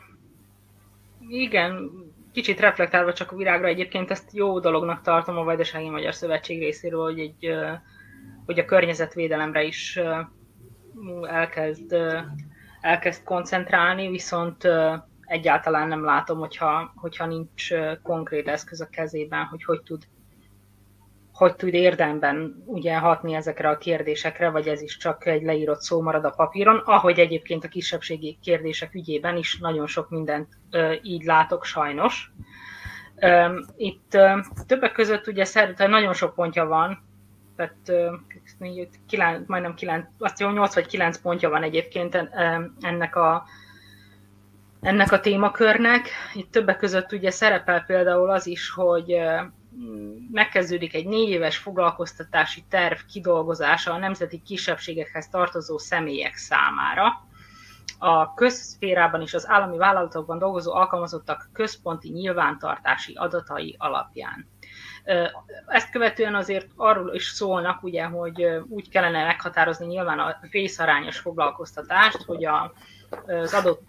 igen, kicsit reflektálva csak a virágra, egyébként ezt jó dolognak tartom a Vajdasági Magyar Szövetség részéről, hogy, egy, uh, hogy a környezetvédelemre is uh, elkezd, uh, elkezd koncentrálni, viszont uh, egyáltalán nem látom, hogyha, hogyha nincs uh, konkrét eszköz a kezében, hogy hogy tud hogy tud érdemben ugye hatni ezekre a kérdésekre, vagy ez is csak egy leírott szó marad a papíron, ahogy egyébként a kisebbségi kérdések ügyében is nagyon sok mindent ö, így látok sajnos. Ö, itt ö, többek között ugye szerintem nagyon sok pontja van, tehát ö, kilenc, majdnem kilenc, azt jó, nyolc vagy kilenc pontja van egyébként ennek a, ennek a témakörnek. Itt többek között ugye szerepel például az is, hogy megkezdődik egy négy éves foglalkoztatási terv kidolgozása a nemzeti kisebbségekhez tartozó személyek számára. A közszférában és az állami vállalatokban dolgozó alkalmazottak központi nyilvántartási adatai alapján. Ezt követően azért arról is szólnak, ugye, hogy úgy kellene meghatározni nyilván a részarányos foglalkoztatást, hogy az adott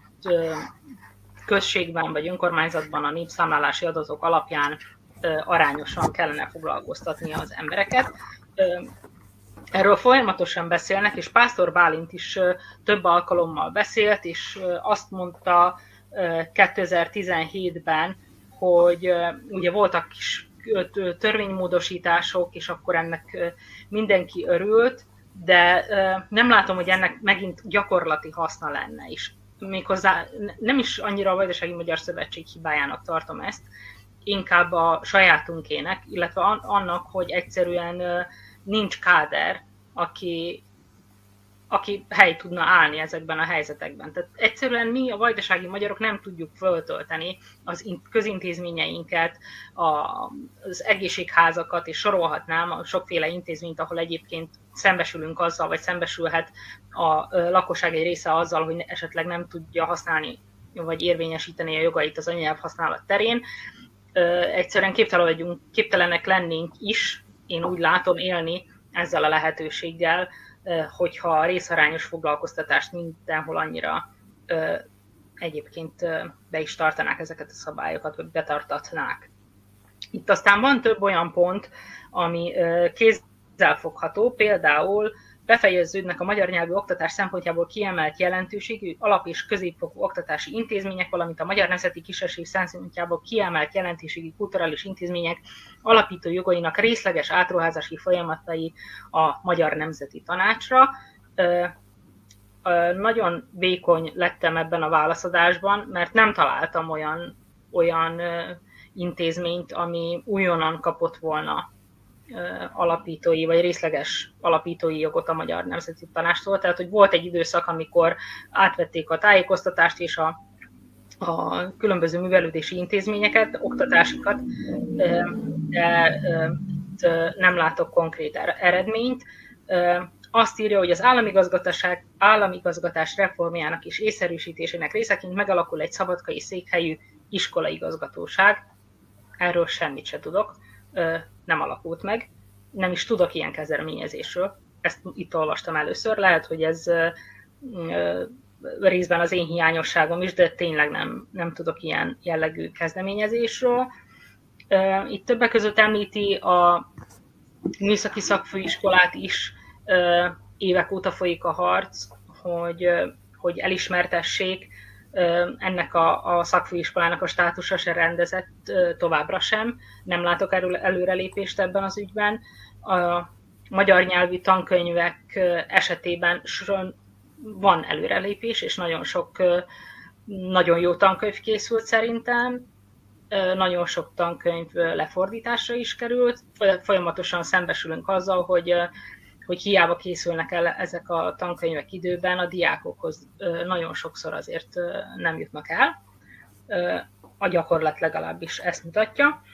községben vagy önkormányzatban a népszámlálási adatok alapján arányosan kellene foglalkoztatni az embereket. Erről folyamatosan beszélnek, és Pásztor Bálint is több alkalommal beszélt, és azt mondta kétezer-tizenhétben, hogy ugye voltak kis törvénymódosítások, és akkor ennek mindenki örült, de nem látom, hogy ennek megint gyakorlati haszna lenne is. Méghozzá nem is annyira a Vajdasági Magyar Szövetség hibájának tartom ezt, inkább a sajátunkének, illetve annak, hogy egyszerűen nincs káder, aki, aki hely tudna állni ezekben a helyzetekben. Tehát egyszerűen mi, a vajdasági magyarok nem tudjuk föltölteni az közintézményeinket, az egészségházakat, és sorolhatnám a sokféle intézményt, ahol egyébként szembesülünk azzal, vagy szembesülhet a lakosság egy része azzal, hogy esetleg nem tudja használni, vagy érvényesíteni a jogait az anyanyelv használat terén. Egyszerűen képtelenek, képtelenek lennénk is, én úgy látom, élni ezzel a lehetőséggel, hogyha a részarányos foglalkoztatást mindenhol annyira egyébként be is tartanák ezeket a szabályokat, vagy betartatnák. Itt aztán van több olyan pont, ami kézzelfogható, például befejeződnek a magyar nyelvű oktatás szempontjából kiemelt jelentőségű alap- és középfokú oktatási intézmények, valamint a magyar nemzeti kisebbség szempontjából kiemelt jelentőségű kulturális intézmények alapító jogainak részleges átruházási folyamatai a Magyar Nemzeti Tanácsra. Nagyon vékony lettem ebben a válaszadásban, mert nem találtam olyan, olyan intézményt, ami újonnan kapott volna alapítói, vagy részleges alapítói jogot a Magyar Nemzeti Tanácstól. Tehát, hogy volt egy időszak, amikor átvették a tájékoztatást és a, a különböző művelődési intézményeket, oktatásikat, de nem látok konkrét eredményt. Azt írja, hogy az államigazgatás reformjának és észszerűsítésének részeként megalakul egy szabadkai székhelyű iskolaigazgatóság. Erről semmit se tudok. Nem alakult meg. Nem is tudok ilyen kezdeményezésről. Ezt itt olvastam először. Lehet, hogy ez részben az én hiányosságom is, de tényleg nem, nem tudok ilyen jellegű kezdeményezésről. Itt többek között említi a műszaki szakfőiskolát is. Évek óta folyik a harc, hogy, hogy elismertessék. Ennek a, a szakfőiskolának a státusa se rendezett továbbra sem. Nem látok erről előrelépést ebben az ügyben. A magyar nyelvű tankönyvek esetében van előrelépés, és nagyon sok nagyon jó tankönyv készült szerintem. Nagyon sok tankönyv lefordításra is került. Folyamatosan szembesülünk azzal, hogy hogy hiába készülnek el ezek a tankönyvek időben, a diákokhoz nagyon sokszor azért nem jutnak el. A gyakorlat legalábbis ezt mutatja.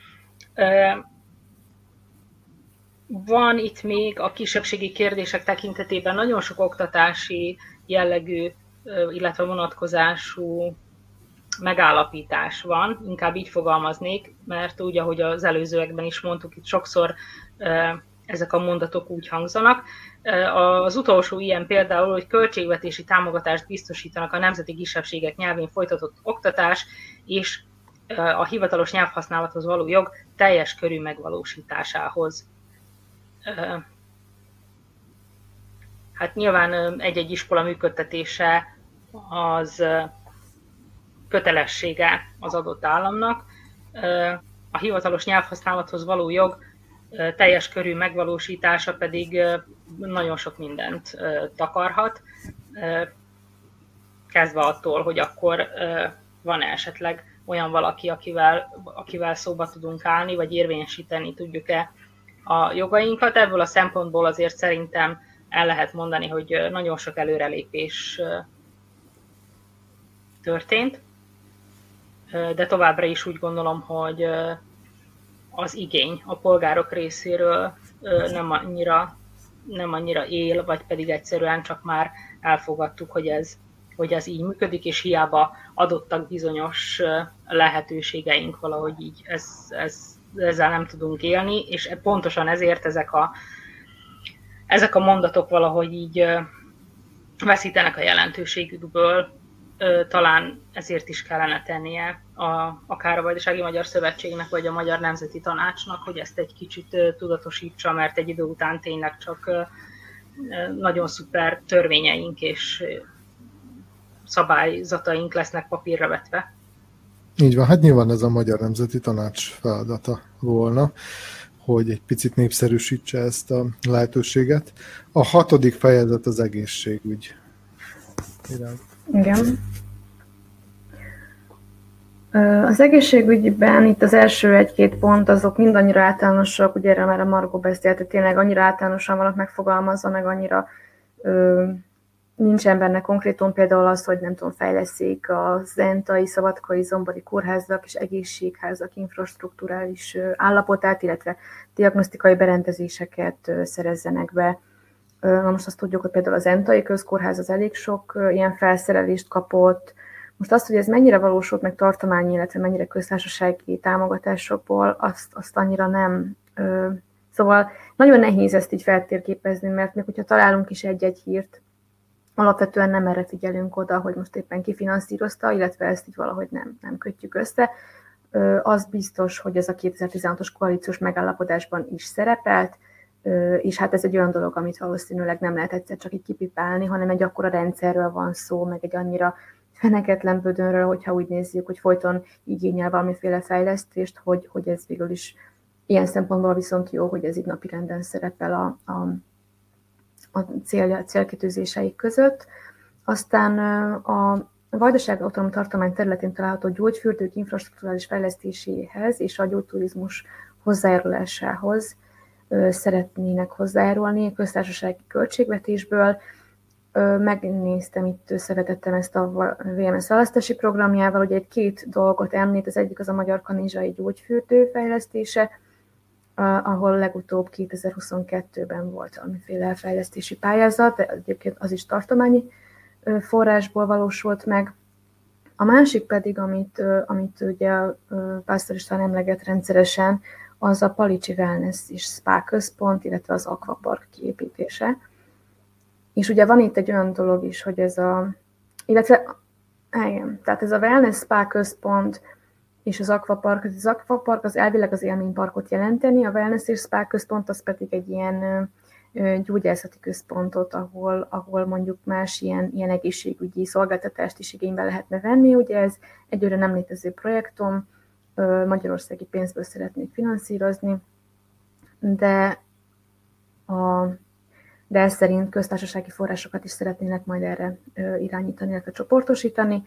Van itt még a kisebbségi kérdések tekintetében nagyon sok oktatási jellegű, illetve vonatkozású megállapítás van, inkább így fogalmaznék, mert úgy, ahogy az előzőekben is mondtuk, itt sokszor ezek a mondatok úgy hangzanak. Az utolsó ilyen például, hogy költségvetési támogatást biztosítanak a nemzeti kisebbségek nyelvén folytatott oktatás és a hivatalos nyelvhasználathoz való jog teljes körű megvalósításához. Hát nyilván egy-egy iskola működtetése az kötelessége az adott államnak. A hivatalos nyelvhasználathoz való jog teljes körű megvalósítása pedig nagyon sok mindent takarhat, kezdve attól, hogy akkor van esetleg olyan valaki, akivel, akivel szóba tudunk állni, vagy érvényesíteni tudjuk-e a jogainkat. Ebből a szempontból azért szerintem el lehet mondani, hogy nagyon sok előrelépés történt, de továbbra is úgy gondolom, hogy az igény a polgárok részéről nem annyira, nem annyira él, vagy pedig egyszerűen csak már elfogadtuk, hogy ez, hogy ez így működik, és hiába adottak bizonyos lehetőségeink, valahogy így ez, ez, ezzel nem tudunk élni, és pontosan ezért ezek a, ezek a mondatok valahogy így veszítenek a jelentőségükből. Talán ezért is kellene tennie a, akár a Vajdasági Magyar Szövetségnek, vagy a Magyar Nemzeti Tanácsnak, hogy ezt egy kicsit tudatosítsa, mert egy idő után tényleg csak nagyon szuper törvényeink és szabályzataink lesznek papírra vetve.
Így van, hát nyilván ez a Magyar Nemzeti Tanács feladata volna, hogy egy picit népszerűsítse ezt a lehetőséget. A hatodik fejezet az egészségügy.
Igen. Az egészségügyben itt az első egy-két pont, azok mind annyira általánosak, ugye erre már a Margó beszélt, hogy tényleg annyira általánosan vannak megfogalmazva, meg annyira ö, nincsen benne konkrétum, például az, hogy nem tudom, fejleszik a zentai, szabadkai, zombori kórházak és egészségházak infrastrukturális állapotát, illetve diagnosztikai berendezéseket szerezzenek be. Na most azt tudjuk, hogy például az zentai közkórház az elég sok ilyen felszerelést kapott. Most azt, hogy ez mennyire valósult meg tartományi, illetve mennyire köztársasági támogatásokból, azt, azt annyira nem. Szóval nagyon nehéz ezt így feltérképezni, mert még hogyha találunk is egy-egy hírt, alapvetően nem erre figyelünk oda, hogy most éppen kifinanszírozta, illetve ezt így valahogy nem, nem kötjük össze. Az biztos, hogy ez a kétezer-tizenhatos koalíciós megállapodásban is szerepelt, és hát ez egy olyan dolog, amit valószínűleg nem lehet egyszer csak így kipipálni, hanem egy akkora rendszerről van szó, meg egy annyira feneketlen bödönről, hogyha úgy nézzük, hogy folyton igényel valamiféle fejlesztést, hogy, hogy ez végül is ilyen szempontból viszont jó, hogy ez így napirenden szerepel a, a, a cél, célkitűzéseik között. Aztán a Vajdaság Autonóm Tartomány területén található gyógyfürdők infrastrukturális fejlesztéséhez és a gyógyturizmus hozzájárulásához szeretnének hozzájárulni a köztársasági költségvetésből. Megnéztem, itt összevetettem ezt a vé em es választási programjával, ugye egy két dolgot említ, az egyik az a Magyar Kanizsai gyógyfürdő fejlesztése, ahol legutóbb kétezer-huszonkettőben volt valamiféle fejlesztési pályázat, de egyébként az is tartományi forrásból valósult meg. A másik pedig, amit, amit ugye Pásztor István emleget rendszeresen, az a Palicsi Wellness és Spa központ, illetve az Aquapark kiépítése. És ugye van itt egy olyan dolog is, hogy ez a, illetve, igen, tehát ez a Wellness Spa központ és az Aquapark, az Aquapark az elvileg az élményparkot jelenteni, a Wellness és Spa központ az pedig egy ilyen gyógyászati központot, ahol, ahol mondjuk más ilyen, ilyen egészségügyi szolgáltatást is igénybe lehetne venni. Ugye ez egyőre nem létező projektom, magyarországi pénzből szeretnék finanszírozni, de, a, de ez szerint köztársasági forrásokat is szeretnének majd erre irányítani, illetve csoportosítani.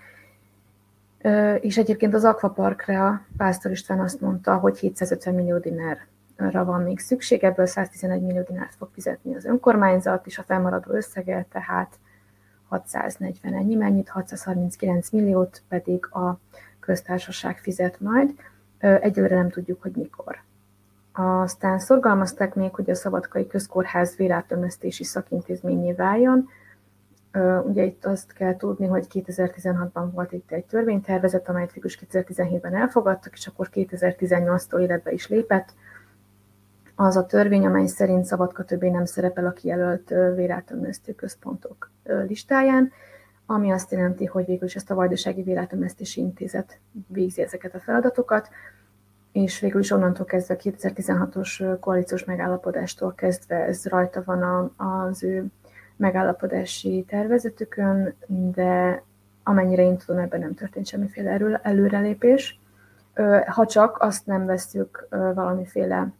És egyébként az Aquaparkra Pásztor István azt mondta, hogy hétszázötven millió dinárra van még szükség, ebből száztizenegy millió dinárt fog fizetni az önkormányzat, és a felmaradó összege tehát hatszáznegyven ennyi mennyit, hatszázharminckilenc milliót pedig a köztársaság fizet majd. Egyelőre nem tudjuk, hogy mikor. Aztán szorgalmazták még, hogy a Szabadkai Közkórház véráttömlesztési szakintézménnyé váljon. Ugye itt azt kell tudni, hogy kétezer-tizenhatban volt itt egy törvénytervezet, amelyet végül kétezer-tizenhétben elfogadtak, és akkor kétezer-tizennyolctól életbe is lépett. az a törvény, amely szerint Szabadka többé nem szerepel a kijelölt vérátemelesztő központok listáján, ami azt jelenti, hogy végül is ezt a Vajdasági Vérátemelesztési Intézet végzi ezeket a feladatokat, és végül is onnantól kezdve kétezer-tizenhatos koalíciós megállapodástól kezdve ez rajta van a, az ő megállapodási tervezetükön, de amennyire én tudom, ebben nem történt semmiféle előrelépés. Ha csak azt nem vesszük valamiféle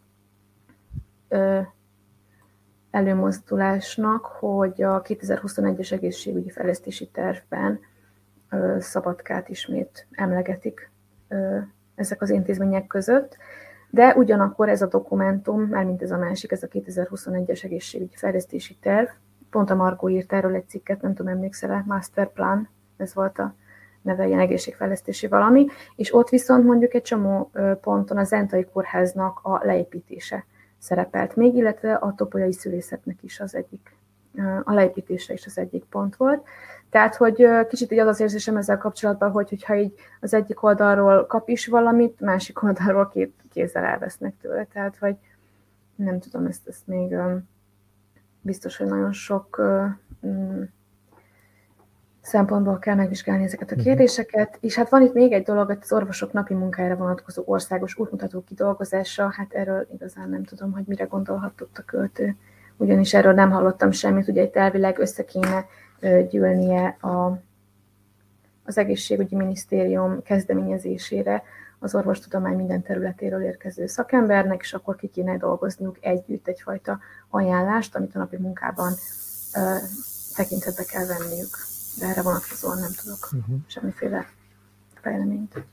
előmozdulásnak, hogy a kétezer-huszonegyes egészségügyi fejlesztési tervben Szabadkát ismét emlegetik ezek az intézmények között, de ugyanakkor ez a dokumentum, mármint ez a másik, ez a kétezer-huszonegyes egészségügyi fejlesztési terv, pont a Margó írt erről egy cikket, nem tudom, emlékszel-e, Masterplan, ez volt a neve, ilyen egészségfejlesztési valami, és ott viszont mondjuk egy csomó ponton a Zentai Kórháznak a leépítése szerepelt még, illetve a topolyai szülészetnek is az egyik, a leépítése is az egyik pont volt. Tehát, hogy kicsit így az az érzésem ezzel kapcsolatban, hogy, hogyha így az egyik oldalról kap is valamit, másik oldalról két kézzel elvesznek tőle. Tehát, hogy nem tudom, ezt, ezt még biztos, hogy nagyon sok szempontból kell megvizsgálni ezeket a kérdéseket. És hát van itt még egy dolog, az orvosok napi munkájára vonatkozó országos útmutató kidolgozása. Hát erről igazán nem tudom, hogy mire gondolhatott a költő. Ugyanis erről nem hallottam semmit, ugye itt elvileg össze kéne gyűlnie a, az egészségügyi minisztérium kezdeményezésére az orvostudomány minden területéről érkező szakembernek, és akkor ki kéne dolgozniuk együtt egyfajta ajánlást, amit a napi munkában ö, tekintetbe kell venniük. De erre vonatkozóan nem tudok uh-huh. semmiféle fejleményt.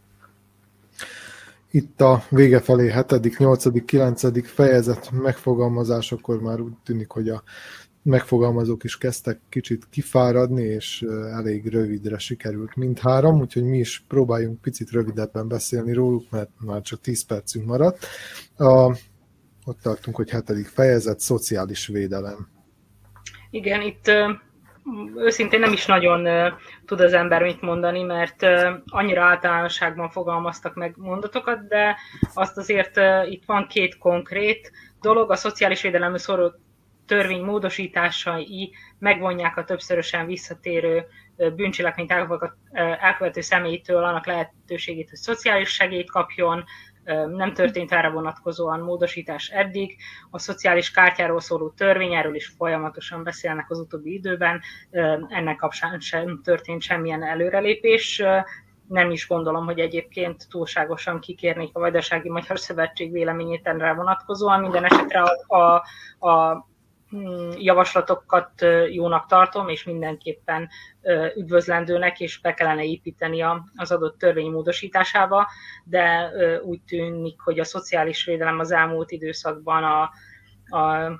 Itt a vége felé hetedik, nyolcadik, kilencedik fejezet megfogalmazásakor már úgy tűnik, hogy a megfogalmazók is kezdtek kicsit kifáradni, és elég rövidre sikerült mindhárom, úgyhogy mi is próbáljunk picit rövidebben beszélni róluk, mert már csak tíz percünk maradt. A, ott tartunk, hogy hetedik fejezet, szociális védelem.
Igen, itt őszintén nem is nagyon uh, tud az ember mit mondani, mert uh, annyira általánosságban fogalmaztak meg mondatokat, de azt azért uh, itt van két konkrét dolog. A szociális védelemű szóló törvény módosításai megvonják a többszörösen visszatérő uh, bűncselekményt elkövető személytől annak lehetőségét, hogy szociális segélyt kapjon. Nem történt erre vonatkozóan módosítás eddig. A szociális kártyáról szóló törvény, erről is folyamatosan beszélnek az utóbbi időben, ennek kapcsán sem történt semmilyen előrelépés. Nem is gondolom, hogy egyébként túlságosan kikérnék a Vajdasági Magyar Szövetség véleményét erre vonatkozóan. Minden esetre a, a, a javaslatokat jónak tartom, és mindenképpen üdvözlendőnek, és be kellene építeni az adott törvény módosításába, de úgy tűnik, hogy a szociális védelem az elmúlt időszakban a, a,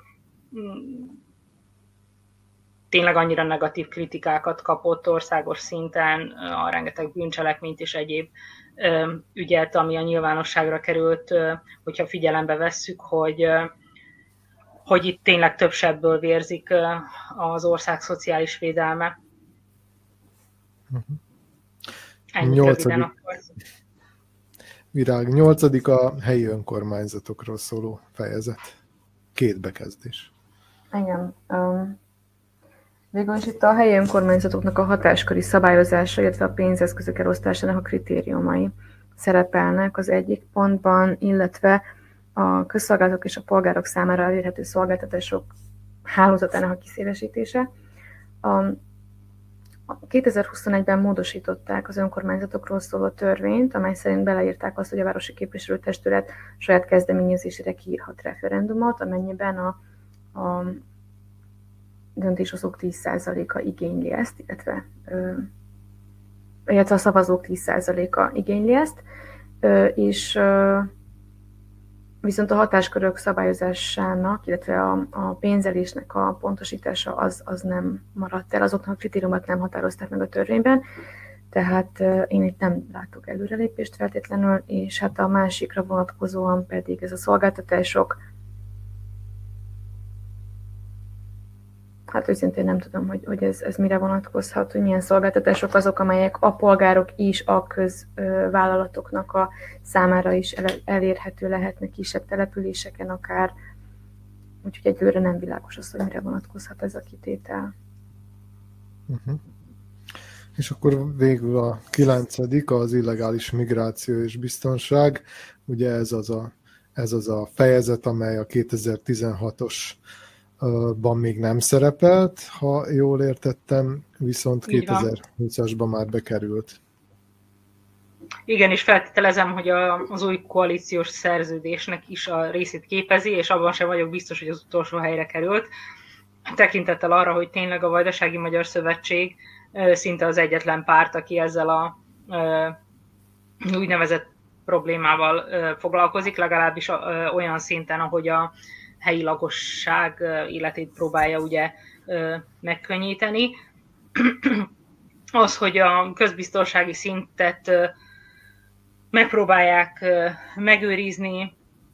tényleg annyira negatív kritikákat kapott országos szinten, a rengeteg bűncselekményt és egyéb ügyet, ami a nyilvánosságra került, hogyha figyelembe vesszük, hogy hogy itt tényleg több sebből vérzik az ország szociális védelme. Ennyit
Nyolcadik.
Röviden akkor.
Virág, nyolcadik a helyi önkormányzatokról szóló fejezet. Két bekezdés.
Igen. Um, végül is itt a helyi önkormányzatoknak a hatásköri szabályozása, illetve a pénzeszközök elosztásának a kritériumai szerepelnek az egyik pontban, illetve a közszolgálatok és a polgárok számára elérhető szolgáltatások hálózatának a kiszélesítése. A kétezer-huszonegyben módosították az önkormányzatokról szóló törvényt, amely szerint beleírták azt, hogy a városi képviselőtestület saját kezdeményezésére kiírhat referendumot, amennyiben a, a döntéshozók tíz százaléka igényli ezt, illetve, ö, illetve a szavazók tíz százaléka igényli ezt, ö, és ö, viszont a hatáskörök szabályozásának, illetve a, a pénzelésnek a pontosítása az, az nem maradt el, azoknak a kritériumot nem határozták meg a törvényben, tehát én itt nem látok előrelépést feltétlenül, és hát a másikra vonatkozóan pedig ez a szolgáltatások, hát őszintén nem tudom, hogy, hogy ez, ez mire vonatkozhat, hogy milyen szolgáltatások azok, amelyek a polgárok is a közvállalatoknak a számára is elérhető lehetnek kisebb településeken, akár úgyhogy egyelőre nem világos az, hogy mire vonatkozhat ez a kitétel.
Uh-huh. És akkor végül a kilencedik, az illegális migráció és biztonság. Ugye ez az a, ez az a fejezet, amely a kétezer-tizenhatosban még nem szerepelt, ha jól értettem, viszont kétezer-húszasban már bekerült.
Igen, és feltételezem, hogy a, az új koalíciós szerződésnek is a részét képezi, és abban sem vagyok biztos, hogy az utolsó helyre került. Tekintettel arra, hogy tényleg a Vajdasági Magyar Szövetség szinte az egyetlen párt, aki ezzel a úgynevezett problémával foglalkozik, legalábbis olyan szinten, ahogy a helyi lakosság életét próbálja ugye megkönnyíteni. Az, hogy a közbiztonsági szintet megpróbálják megőrizni,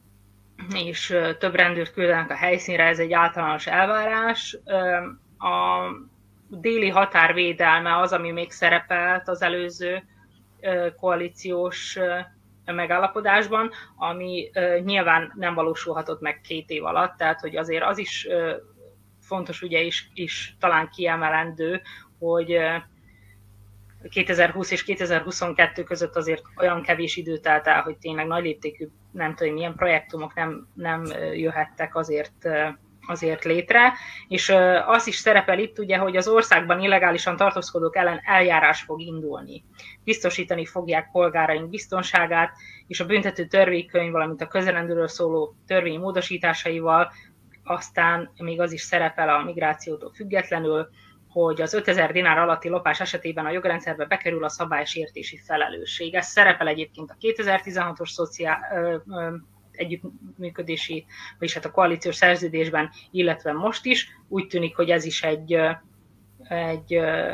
és több rendőrt küldenek a helyszínre, ez egy általános elvárás. A déli határvédelme az, ami még szerepelt az előző koalíciós megállapodásban, ami nyilván nem valósulhatott meg két év alatt, tehát hogy azért az is fontos ugye is, is talán kiemelendő, hogy kétezer-húsz és kétezer-huszonkettő között azért olyan kevés idő telt el, hogy tényleg nagy léptékű, nem tudom, milyen projektumok nem, nem jöhettek azért, azért létre. És az is szerepel itt ugye, hogy az országban illegálisan tartózkodók ellen eljárás fog indulni. Biztosítani fogják polgáraink biztonságát, és a büntető törvénykönyv, valamint a közrendről szóló törvény módosításaival, aztán még az is szerepel a migrációtól függetlenül, hogy az ötezer dinár alatti lopás esetében a jogrendszerbe bekerül a szabálysértési felelősség. Ez szerepel egyébként a kétezer-tizenhatos szociál, ö, ö, együttműködési, vagyis hát a koalíciós szerződésben, illetve most is. Úgy tűnik, hogy ez is egy, egy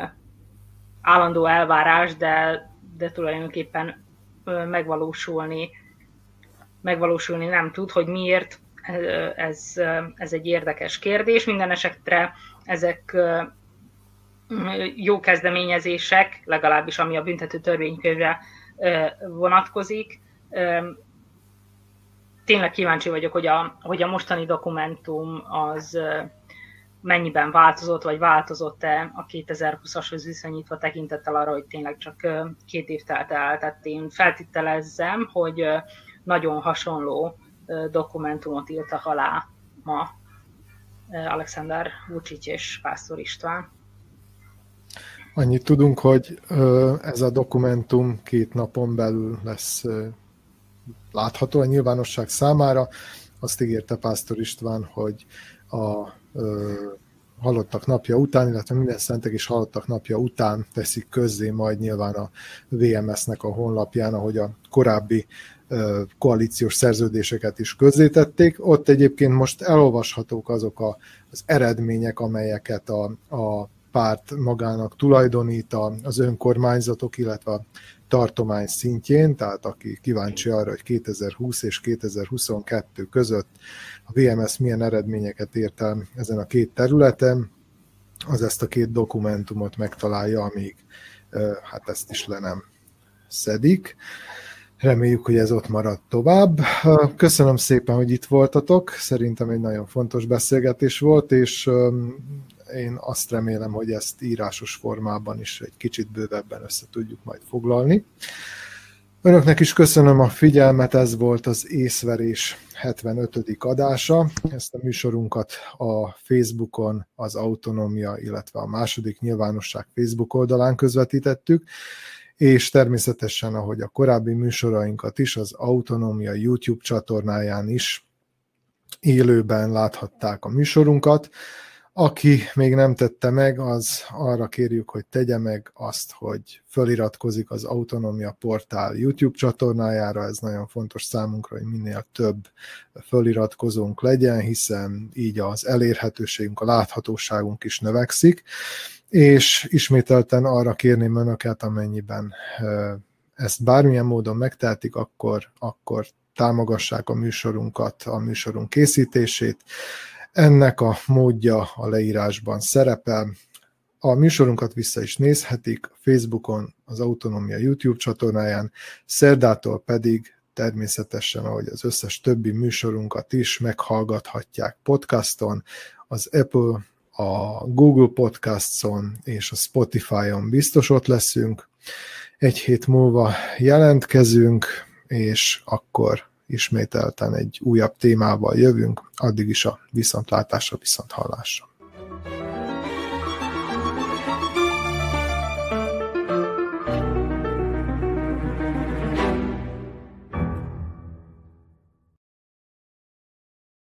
állandó elvárás, de, de tulajdonképpen megvalósulni, megvalósulni nem tud, hogy miért. Ez, ez egy érdekes kérdés. Minden esetre ezek jó kezdeményezések, legalábbis ami a büntető törvénykönyvre vonatkozik. Tényleg kíváncsi vagyok, hogy a, hogy a mostani dokumentum az mennyiben változott, vagy változott-e a kétezer-húszashoz viszonyítva, tekintettel arra, hogy tényleg csak két év telt el. Tehát én feltételezzem, hogy nagyon hasonló dokumentumot írtak alá ma Alexander Vučić és Pásztor István.
Annyit tudunk, hogy ez a dokumentum két napon belül lesz látható a nyilvánosság számára. Azt ígérte Pásztor István, hogy a halottak napja után, illetve minden szentek és halottak napja után teszik közzé majd nyilván a vé em es-nek a honlapján, ahogy a korábbi koalíciós szerződéseket is közzétették. Ott egyébként most elolvashatók azok a, az eredmények, amelyeket a, a párt magának tulajdonít az önkormányzatok, illetve a tartomány szintjén, tehát aki kíváncsi arra, hogy kétezer-húsz és kétezer-huszonkettő között a vé em es milyen eredményeket ért el ezen a két területen, az ezt a két dokumentumot megtalálja, amíg hát ezt is le nem szedik. Reméljük, hogy ez ott marad tovább. Köszönöm szépen, hogy itt voltatok. Szerintem egy nagyon fontos beszélgetés volt, és én azt remélem, hogy ezt írásos formában is egy kicsit bővebben össze tudjuk majd foglalni. Önöknek is köszönöm a figyelmet, ez volt az Észverés hetvenötödik adása. Ezt a műsorunkat a Facebookon, az Autonómia, illetve a Második Nyilvánosság Facebook oldalán közvetítettük, és természetesen, ahogy a korábbi műsorainkat is, az Autonómia YouTube csatornáján is élőben láthatták a műsorunkat. Aki még nem tette meg, az arra kérjük, hogy tegye meg azt, hogy föliratkozik az Autonómia Portál YouTube csatornájára. Ez nagyon fontos számunkra, hogy minél több föliratkozónk legyen, hiszen így az elérhetőségünk, a láthatóságunk is növekszik. És ismételten arra kérném önöket, amennyiben ezt bármilyen módon megtehetik, akkor, akkor támogassák a műsorunkat, a műsorunk készítését. Ennek a módja a leírásban szerepel. A műsorunkat vissza is nézhetik Facebookon, az Autonómia YouTube csatornáján, szerdától pedig természetesen, ahogy az összes többi műsorunkat is meghallgathatják podcaston, az Apple, a Google Podcaston és a Spotify-on biztos ott leszünk. Egy hét múlva jelentkezünk, és akkor ismételten egy újabb témával jövünk, addig is a viszontlátásra, viszonthallásra.